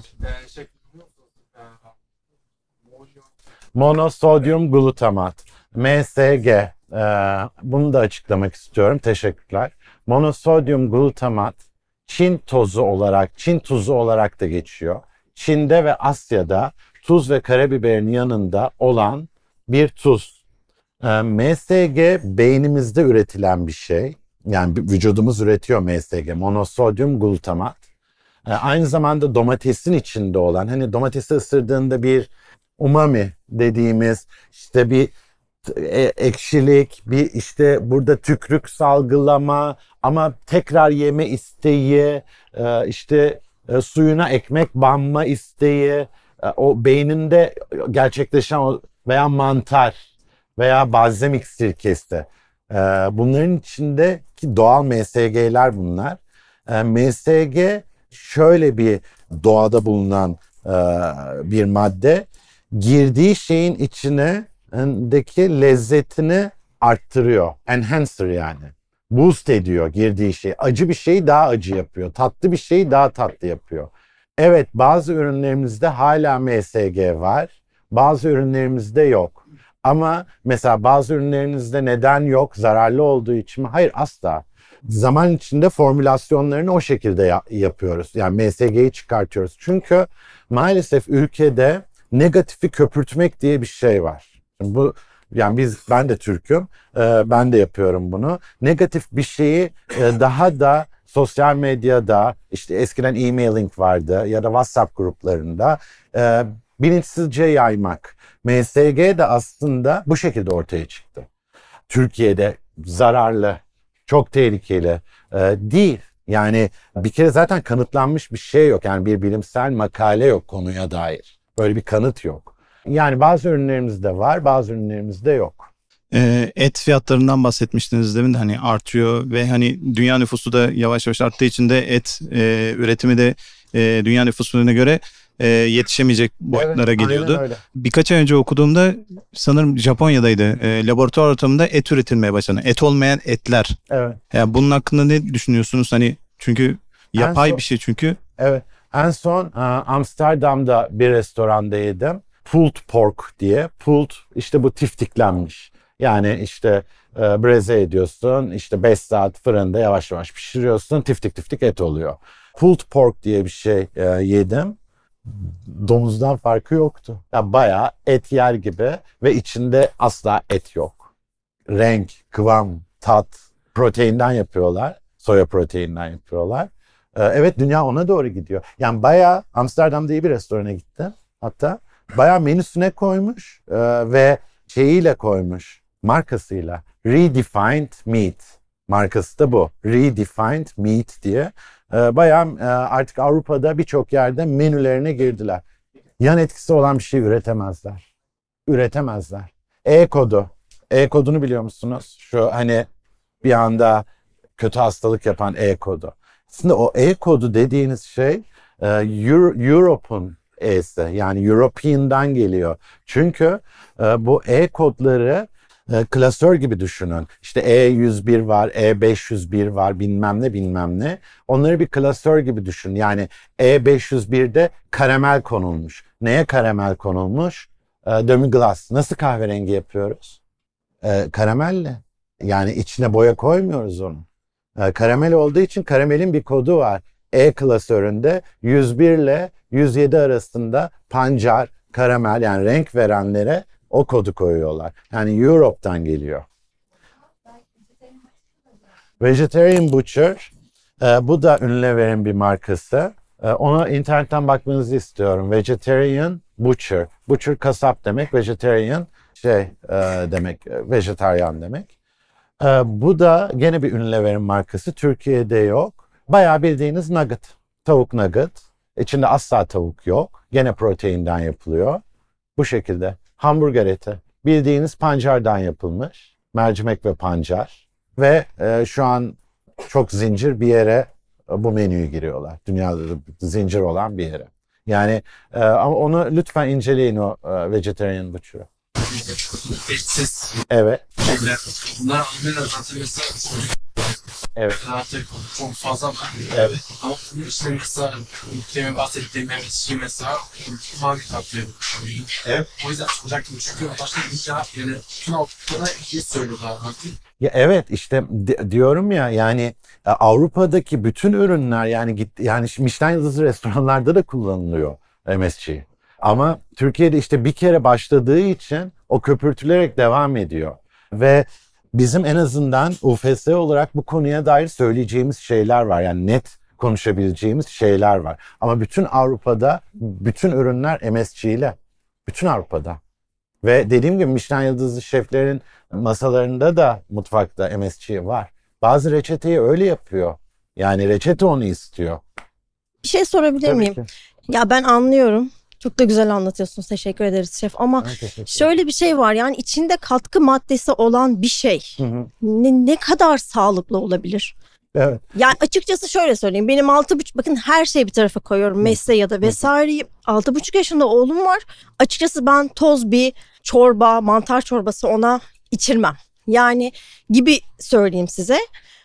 Speaker 2: Monosodyum glutamat, MSG. Bunu da açıklamak istiyorum. Teşekkürler. Monosodyum glutamat Çin tozu olarak, Çin tuzu olarak da geçiyor. Çin'de ve Asya'da tuz ve karabiberin yanında olan bir tuz. MSG beynimizde üretilen bir şey. Yani vücudumuz üretiyor MSG, monosodyum glutamat. Aynı zamanda domatesin içinde olan, hani domatesi ısırdığında bir umami dediğimiz işte bir ekşilik, bir işte burada tükrük salgılama ama tekrar yeme isteği, işte suyuna ekmek banma isteği, o beyninde gerçekleşen o veya mantar veya balzamik sirkesi. Bunların içindeki doğal MSG'ler bunlar. MSG şöyle bir doğada bulunan bir madde. Girdiği şeyin içindeki lezzetini arttırıyor. Enhancer yani. Boost ediyor girdiği şey. Acı bir şeyi daha acı yapıyor. Tatlı bir şeyi daha tatlı yapıyor. Evet, bazı ürünlerimizde hala MSG var. Bazı ürünlerimizde yok. Ama mesela bazı ürünlerinizde neden yok? Zararlı olduğu için mi? Hayır, asla. Zaman içinde formülasyonlarını o şekilde yapıyoruz. Yani MSG'yi çıkartıyoruz. Çünkü maalesef ülkede negatifi köpürtmek diye bir şey var. Şimdi bu yani ben de Türk'üm. Ben de yapıyorum bunu. Negatif bir şeyi daha da sosyal medyada, işte eskiden e-mailing vardı ya da WhatsApp gruplarında bilinçsizce yaymak. MSG de aslında bu şekilde ortaya çıktı. Türkiye'de zararlı, çok tehlikeli değil. Yani bir kere zaten kanıtlanmış bir şey yok. Yani bir bilimsel makale yok konuya dair. Böyle bir kanıt yok. Yani bazı ürünlerimizde var, bazı ürünlerimizde yok.
Speaker 6: Et fiyatlarından bahsetmiştiniz demin de hani artıyor ve hani dünya nüfusu da yavaş yavaş arttığı için de et üretimi de dünya nüfusuna göre yetişemeyecek boyutlara geliyordu. Birkaç ay önce okuduğumda sanırım Japonya'daydı. Laboratuvar ortamında et üretilmeye başlandı. Et olmayan etler.
Speaker 2: Evet.
Speaker 6: Yani bunun hakkında ne düşünüyorsunuz? Hani çünkü yapay bir şey çünkü.
Speaker 2: Evet. En son Amsterdam'da bir restoranda yedim. Pulled pork diye. Pulled işte bu tiftiklenmiş. Yani işte breze ediyorsun. İşte 5 saat fırında yavaş yavaş pişiriyorsun. Tiftik tiftik et oluyor. Pulled pork diye bir şey yedim. Domuzdan farkı yoktu. Ya bayağı et yer gibi ve içinde asla et yok. Renk, kıvam, tat, proteinden yapıyorlar. Soya proteininden yapıyorlar. Evet, dünya ona doğru gidiyor. Yani bayağı Amsterdam'da iyi bir restorana gittim. Hatta bayağı menüsüne koymuş ve şeyiyle koymuş. Markasıyla. Redefined Meat. Markası da bu. Redefined Meat diye. Bayağı artık Avrupa'da birçok yerde menülerine girdiler. Yan etkisi olan bir şey üretemezler. Üretemezler. E-kodu. E-kodunu biliyor musunuz? Şu hani bir anda kötü hastalık yapan E-kodu. Aslında o E-kodu dediğiniz şey Europe'un E'si. Yani European'dan geliyor. Çünkü bu E-kodları klasör gibi düşünün. İşte E101 var, E501 var, bilmem ne bilmem ne. Onları bir klasör gibi düşün. Yani E501'de karamel konulmuş. Neye karamel konulmuş? Demi-glace. Nasıl kahverengi yapıyoruz? Karamelle. Yani içine boya koymuyoruz onu. Karamel olduğu için karamelin bir kodu var. E klasöründe 101 ile 107 arasında pancar, karamel yani renk verenlere o kodu koyuyorlar. Yani Europe'dan geliyor. Vegetarian Butcher, bu da Unilever'in bir markası. Ona internetten bakmanızı istiyorum. Vegetarian Butcher. Butcher kasap demek, vegetarian demek, vejetaryen demek. Bu da gene bir Unilever'in markası. Türkiye'de yok. Bayağı bildiğiniz nugget. Tavuk nugget. İçinde asla tavuk yok. Gene proteinden yapılıyor. Bu şekilde. Hamburger eti. Bildiğiniz pancardan yapılmış. Mercimek ve pancar. Ve şu an çok zincir bir yere bu menüyü giriyorlar. Dünyada da zincir olan bir yere. Yani ama onu lütfen inceleyin o Vegetarian Butcher'ı.
Speaker 7: Etsiz
Speaker 2: Evet.
Speaker 7: şeyler. Bunlar biraz hatırlıyorsa
Speaker 2: Evet.
Speaker 7: artık çok fazla var.
Speaker 2: Evet.
Speaker 7: Ama bunun işte mesela demin bahsettiğim MSG mesela mavi tatlı.
Speaker 2: Evet.
Speaker 7: O yüzden soracaktım çünkü başta dünya yani bütün Avrupa'da iyi söylüyorlar artık.
Speaker 2: Ya evet işte diyorum ya yani Avrupa'daki bütün ürünler yani Michelin yıldızlı restoranlarda da kullanılıyor MSG. Ama Türkiye'de işte bir kere başladığı için o köpürtülerek devam ediyor. Ve bizim en azından UFS olarak bu konuya dair söyleyeceğimiz şeyler var. Yani net konuşabileceğimiz şeyler var. Ama bütün Avrupa'da bütün ürünler MSG ile. Bütün Avrupa'da. Ve dediğim gibi Michelin yıldızlı şeflerin masalarında da mutfakta MSG var. Bazı reçeteyi öyle yapıyor. Yani reçete onu istiyor.
Speaker 8: Bir şey sorabilir
Speaker 2: Tabii
Speaker 8: miyim?
Speaker 2: ki.
Speaker 8: Ya ben anlıyorum. Çok da güzel anlatıyorsunuz. Teşekkür ederiz şef. Ama
Speaker 2: Ben teşekkür ederim.
Speaker 8: şöyle bir şey var. Yani içinde katkı maddesi olan bir şey
Speaker 2: Hı hı.
Speaker 8: ne kadar sağlıklı olabilir?
Speaker 2: Evet.
Speaker 8: Yani açıkçası şöyle söyleyeyim. Benim 6,5, bakın her şeyi bir tarafa koyuyorum. Mesleği ya da vesaireyi. 6,5 yaşında oğlum var. Açıkçası ben toz bir çorba, mantar çorbası ona içirmem. Yani gibi söyleyeyim size.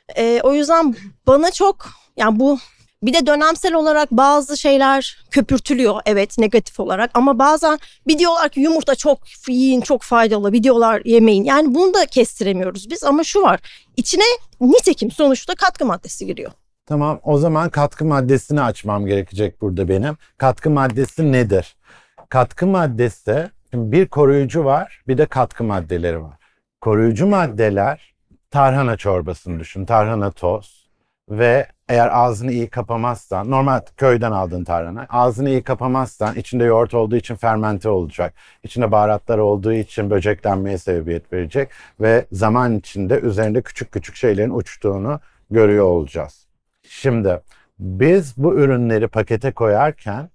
Speaker 8: O yüzden bana çok, yani bu bir de dönemsel olarak bazı şeyler köpürtülüyor, evet, negatif olarak, ama bazen bir diyorlar ki yumurta çok yiyin, çok faydalı, bir diyorlar yemeyin. Yani bunu da kestiremiyoruz biz, ama şu var, içine nitekim sonuçta katkı maddesi giriyor.
Speaker 2: Tamam, o zaman katkı maddesini açmam gerekecek burada benim. Katkı maddesi nedir? Katkı maddesi, şimdi bir koruyucu var, bir de katkı maddeleri var. Koruyucu maddeler, tarhana çorbasını düşün, tarhana toz ve eğer ağzını iyi kapamazsan, normal köyden aldığın tarhana, ağzını iyi kapamazsan içinde yoğurt olduğu için fermente olacak. İçinde baharatlar olduğu için böceklenmeye sebebiyet verecek ve zaman içinde üzerinde küçük küçük şeylerin uçtuğunu görüyor olacağız. Şimdi biz bu ürünleri pakete koyarken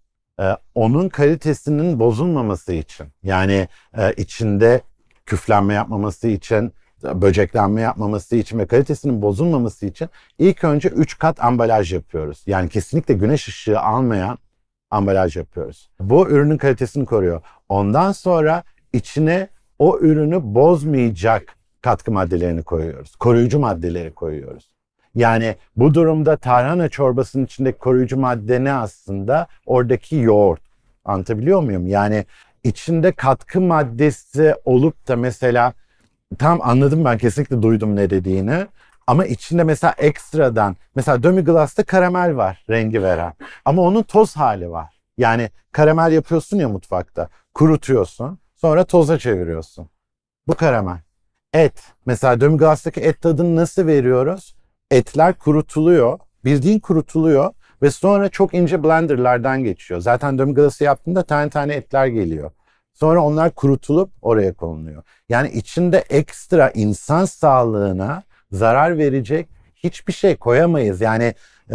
Speaker 2: onun kalitesinin bozulmaması için, yani içinde küflenme yapmaması için, böceklenme yapmaması için ve kalitesinin bozulmaması için ilk önce 3 kat ambalaj yapıyoruz. Yani kesinlikle güneş ışığı almayan ambalaj yapıyoruz. Bu ürünün kalitesini koruyor. Ondan sonra içine o ürünü bozmayacak katkı maddelerini koyuyoruz. Koruyucu maddeleri koyuyoruz. Yani bu durumda tarhana çorbasının içindeki koruyucu madde ne aslında? Oradaki yoğurt. Anlatabiliyor muyum? Yani içinde katkı maddesi olup da mesela, tam anladım, ben kesinlikle duydum ne dediğini. Ama içinde mesela ekstradan, mesela demi-glace'da karamel var rengi veren. Ama onun toz hali var. Yani karamel yapıyorsun ya mutfakta, kurutuyorsun, sonra toza çeviriyorsun. Bu karamel. Et, mesela demi-glace'daki et tadını nasıl veriyoruz? Etler kurutuluyor, bildiğin kurutuluyor ve sonra çok ince blenderlardan geçiyor. Zaten demi-glace'ı yaptığında tane tane etler geliyor. Sonra onlar kurutulup oraya konuluyor. Yani içinde ekstra insan sağlığına zarar verecek hiçbir şey koyamayız. Yani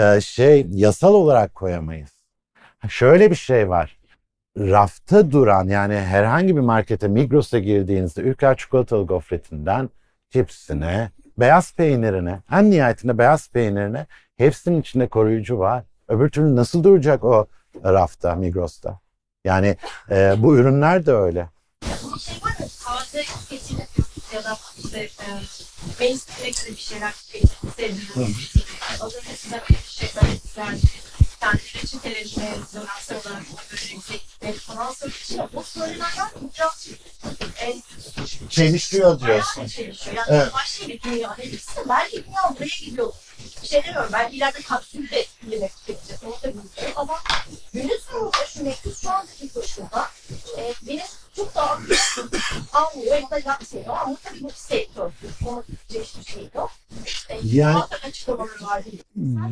Speaker 2: yasal olarak koyamayız. Şöyle bir şey var. Rafta duran, yani herhangi bir markete, Migros'a girdiğinizde Ülker çikolatalı gofretinden cipsine, beyaz peynirine, en nihayetinde beyaz peynirine, hepsinin içinde koruyucu var. Öbür türlü nasıl duracak o rafta, Migros'ta? Yani bu ürünler de öyle.
Speaker 9: Bunun şey var mı? Taze geçirip ya da işte mainstream'de bir şeyler sevdiğiniz. Az önce size bir şeyler verdi. Yani reçetelerini dönemsel olarak görecekse falan söyleyeceğim. O söylenenler biraz
Speaker 2: Çelişiyor diyorsun.
Speaker 9: çelişiyor. Yani
Speaker 2: Evet.
Speaker 9: başka bir dünya belirse belki dünya buraya gidiyor. Bir şey demiyorum. Belki ileride kapsülde yemek tüketeceğiz. Onu da bilmiyorum. Ama günün sonunda şu mektup şu andaki koşulda beni çok daha anlıyor ya da yapmıyor. Ama tabii bu sektör. Ona hiçbir şey yok.
Speaker 2: Yani
Speaker 9: Açıklamaları var değil.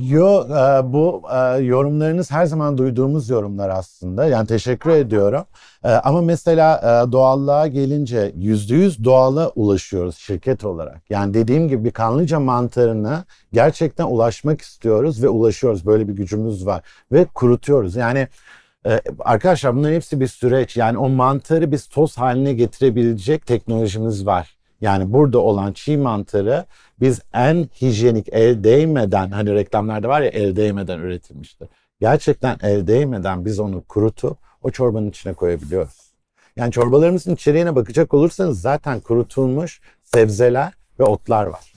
Speaker 2: bu yorumlarınız her zaman duyduğumuz yorumlar aslında. Yani teşekkür ediyorum. Ama mesela doğallığa gelince %100 doğala ulaşıyoruz şirket olarak. Yani dediğim gibi bir Kanlıca mantarına gerçekten ulaşmak istiyoruz ve ulaşıyoruz. Böyle bir gücümüz var ve kurutuyoruz. Yani arkadaşlar bunların hepsi bir süreç. Yani o mantarı biz toz haline getirebilecek teknolojimiz var. Yani burada olan çiğ mantarı biz en hijyenik, el değmeden, hani reklamlarda var ya, el değmeden üretilmiştir. Gerçekten el değmeden biz onu kurutup o çorbanın içine koyabiliyoruz. Yani çorbalarımızın içeriğine bakacak olursanız zaten kurutulmuş sebzeler ve otlar var.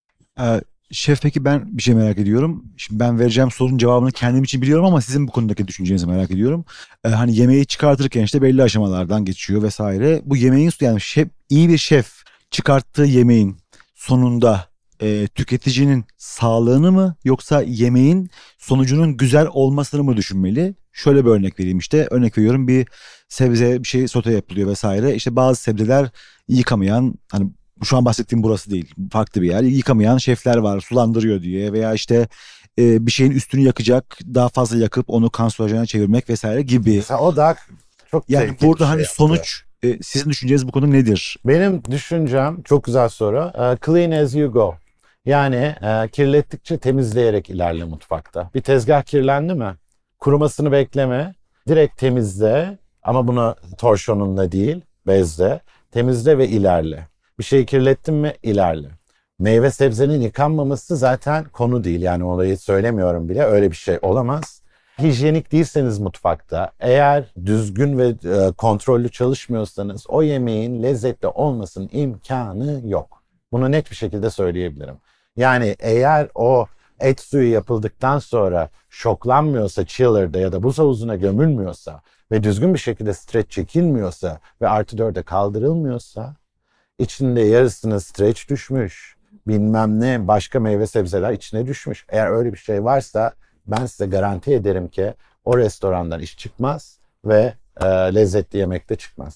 Speaker 10: Şef, peki ben bir şey merak ediyorum. Şimdi ben vereceğim sorunun cevabını kendim için biliyorum ama sizin bu konudaki düşüncenizi merak ediyorum. Hani yemeği çıkartırken işte belli aşamalardan geçiyor vesaire. Bu yemeğin, yani iyi bir şef çıkarttığı yemeğin sonunda tüketicinin sağlığını mı yoksa yemeğin sonucunun güzel olmasını mı düşünmeli? Şöyle bir örnek vereyim işte. Örnek veriyorum, bir sebze bir şey sote yapılıyor vesaire. İşte bazı sebzeler yıkamayan, hani şu an bahsettiğim burası değil, farklı bir yer. Yıkamayan şefler var, sulandırıyor diye, veya işte bir şeyin üstünü yakacak, daha fazla yakıp onu kanserojene çevirmek vesaire gibi.
Speaker 2: Mesela o da çok
Speaker 10: Yani
Speaker 2: tehlikeli
Speaker 10: burada
Speaker 2: bir
Speaker 10: hani
Speaker 2: şey yaptı.
Speaker 10: sonuç Sizin düşünceniz bu konu nedir?
Speaker 2: Benim düşüncem, çok güzel soru. Clean as you go. Yani kirlettikçe temizleyerek ilerle mutfakta. Bir tezgah kirlendi mi? Kurumasını bekleme. Direkt temizle ama bunu torşonunla değil, bezle. Temizle ve ilerle. Bir şeyi kirlettin mi? İlerle. Meyve sebzenin yıkanmaması zaten konu değil. Yani olayı söylemiyorum bile. Öyle bir şey olamaz. Hijyenik değilseniz mutfakta, eğer düzgün ve kontrollü çalışmıyorsanız o yemeğin lezzetli olmasının imkanı yok. Bunu net bir şekilde söyleyebilirim. Yani eğer o et suyu yapıldıktan sonra şoklanmıyorsa chiller'da ya da buz havuzuna gömülmüyorsa ve düzgün bir şekilde streç çekilmiyorsa ve +4'e kaldırılmıyorsa içinde yarısına streç düşmüş, bilmem ne başka meyve sebzeler içine düşmüş. Eğer öyle bir şey varsa ben size garanti ederim ki o restorandan iş çıkmaz ve lezzetli yemek de çıkmaz.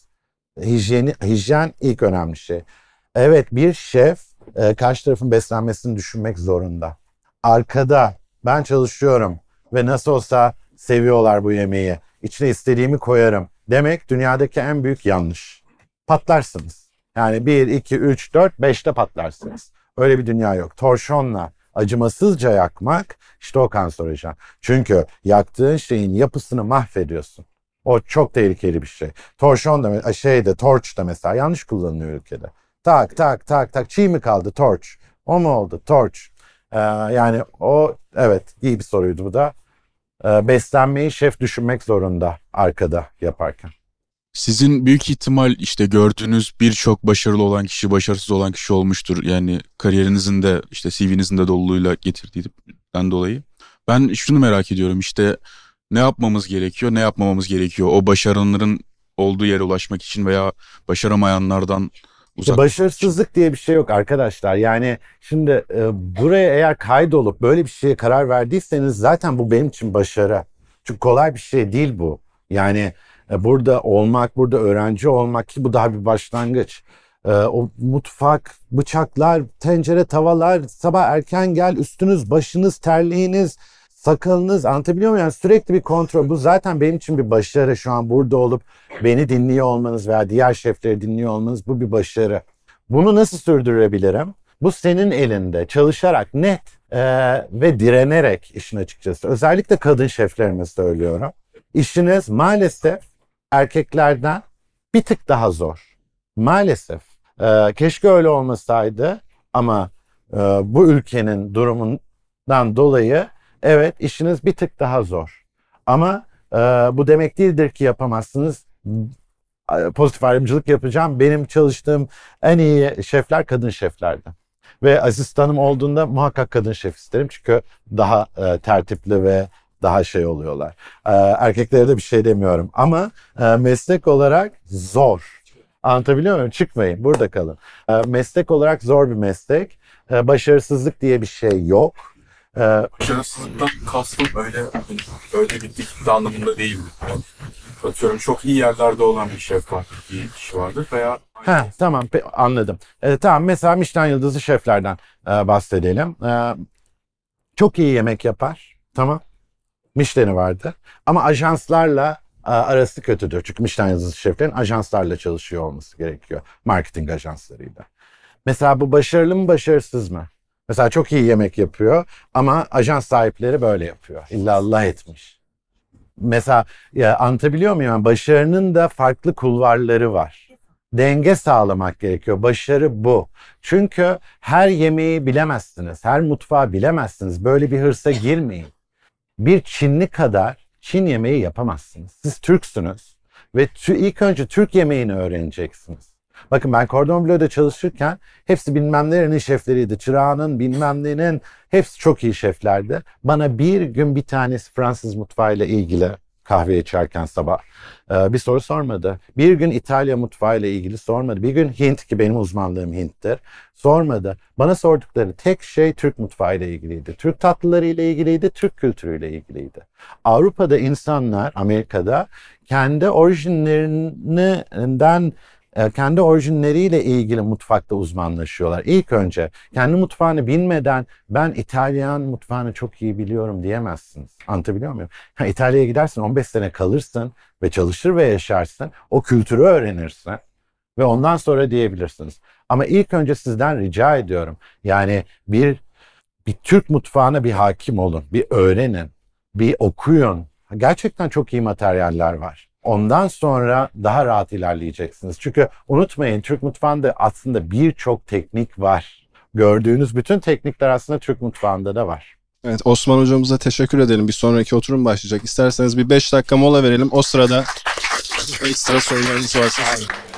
Speaker 2: Hijyen ilk önemli şey. Evet, bir şef karşı tarafın beslenmesini düşünmek zorunda. Arkada ben çalışıyorum ve nasıl olsa seviyorlar bu yemeği. İçine istediğimi koyarım demek dünyadaki en büyük yanlış. Patlarsınız. Yani 1, 2, 3, 4, 5'te patlarsınız. Öyle bir dünya yok. Torşonla acımasızca yakmak işte o kanserojen. Çünkü yaktığın şeyin yapısını mahvediyorsun. O çok tehlikeli bir şey. Torşon da torç da mesela yanlış kullanılıyor ülkede. Tak tak tak tak çiğ mi kaldı torç? O mu oldu torç? Yani o evet iyi bir soruydu bu da. Beslenmeyi şef düşünmek zorunda arkada yaparken.
Speaker 11: Sizin büyük ihtimal işte gördüğünüz birçok başarılı olan kişi, başarısız olan kişi olmuştur. Yani kariyerinizin de işte CV'nizin de doluluğuyla getirdiğinden dolayı. Ben şunu merak ediyorum, işte ne yapmamız gerekiyor, ne yapmamamız gerekiyor o başarıların olduğu yere ulaşmak için veya başaramayanlardan uzak.
Speaker 2: Başarısızlık diye bir şey yok arkadaşlar. Yani şimdi buraya eğer kaydolup böyle bir şeye karar verdiyseniz zaten bu benim için başarı. Çünkü kolay bir şey değil bu. Yani burada olmak, burada öğrenci olmak ki bu daha bir başlangıç. O mutfak, bıçaklar, tencere, tavalar, sabah erken gel, üstünüz, başınız, terliğiniz, sakalınız, anlatabiliyor muyum? Yani sürekli bir kontrol. Bu zaten benim için bir başarı. Şu an burada olup beni dinliyor olmanız veya diğer şefleri dinliyor olmanız bu bir başarı. Bunu nasıl sürdürebilirim? Bu senin elinde. Çalışarak net ve direnerek işin açıkçası. Özellikle kadın şeflerime söylüyorum. İşiniz maalesef erkeklerden bir tık daha zor. Maalesef. Keşke öyle olmasaydı ama bu ülkenin durumundan dolayı evet işiniz bir tık daha zor. Ama bu demek değildir ki yapamazsınız. Pozitif ayrımcılık yapacağım. Benim çalıştığım en iyi şefler kadın şeflerdi. Ve asistanım olduğunda muhakkak kadın şef isterim. Çünkü daha tertipli ve daha şey oluyorlar. Erkeklere de bir şey demiyorum. Ama meslek olarak zor. Anlatabiliyor muyum? Çıkmayın. Burada kalın. Meslek olarak zor bir meslek. Başarısızlık diye bir şey yok.
Speaker 12: Başarısızlıktan kastım öyle bir dikte anlamında değil. Yani, atıyorum çok iyi yerlerde olan bir şef var, bir kişi vardır veya...
Speaker 2: Tamam anladım. Tamam mesela Michelin yıldızlı şeflerden bahsedelim. Çok iyi yemek yapar. Tamam. Michelin'i vardı. Ama ajanslarla arası kötüdür. Çünkü Michelin yıldızlı şeflerin ajanslarla çalışıyor olması gerekiyor. Marketing ajanslarıyla. Mesela bu başarılı mı başarısız mı? Mesela çok iyi yemek yapıyor ama ajans sahipleri böyle yapıyor. İllallah etmiş. Mesela anlatabiliyor muyum? Yani başarının da farklı kulvarları var. Denge sağlamak gerekiyor. Başarı bu. Çünkü her yemeği bilemezsiniz. Her mutfağı bilemezsiniz. Böyle bir hırsa girmeyin. Bir Çinli kadar Çin yemeği yapamazsınız. Siz Türksünüz ve ilk önce Türk yemeğini öğreneceksiniz. Bakın ben Cordon Bleu'da çalışırken hepsi bilmem nerenin şefleriydi. Çırağının bilmem nenin hepsi çok iyi şeflerdi. Bana bir gün bir tanesi Fransız mutfağıyla ilgili kahve içerken sabah bir soru sormadı. Bir gün İtalya mutfağıyla ilgili sormadı. Bir gün Hint ki benim uzmanlığım Hint'tir. Sormadı. Bana sordukları tek şey Türk mutfağıyla ilgiliydi. Türk tatlılarıyla ilgiliydi, Türk kültürüyle ilgiliydi. Avrupa'da insanlar, Amerika'da kendi orijinlerinden kendi orijinleriyle ilgili mutfakta uzmanlaşıyorlar. İlk önce kendi mutfağını bilmeden ben İtalyan mutfağını çok iyi biliyorum diyemezsiniz. Anlatabiliyor muyum? İtalya'ya gidersin, 15 sene kalırsın ve çalışır ve yaşarsın. O kültürü öğrenirsin ve ondan sonra diyebilirsiniz. Ama ilk önce sizden rica ediyorum. Yani bir Türk mutfağına bir hakim olun, bir öğrenin, bir okuyun. Gerçekten çok iyi materyaller var. Ondan sonra daha rahat ilerleyeceksiniz. Çünkü unutmayın, Türk mutfağında aslında birçok teknik var. Gördüğünüz bütün teknikler aslında Türk mutfağında da var.
Speaker 1: Evet, Osman hocamıza teşekkür edelim. Bir sonraki oturum başlayacak. İsterseniz bir 5 dakika mola verelim. O sırada ekstra sorularınız varsa.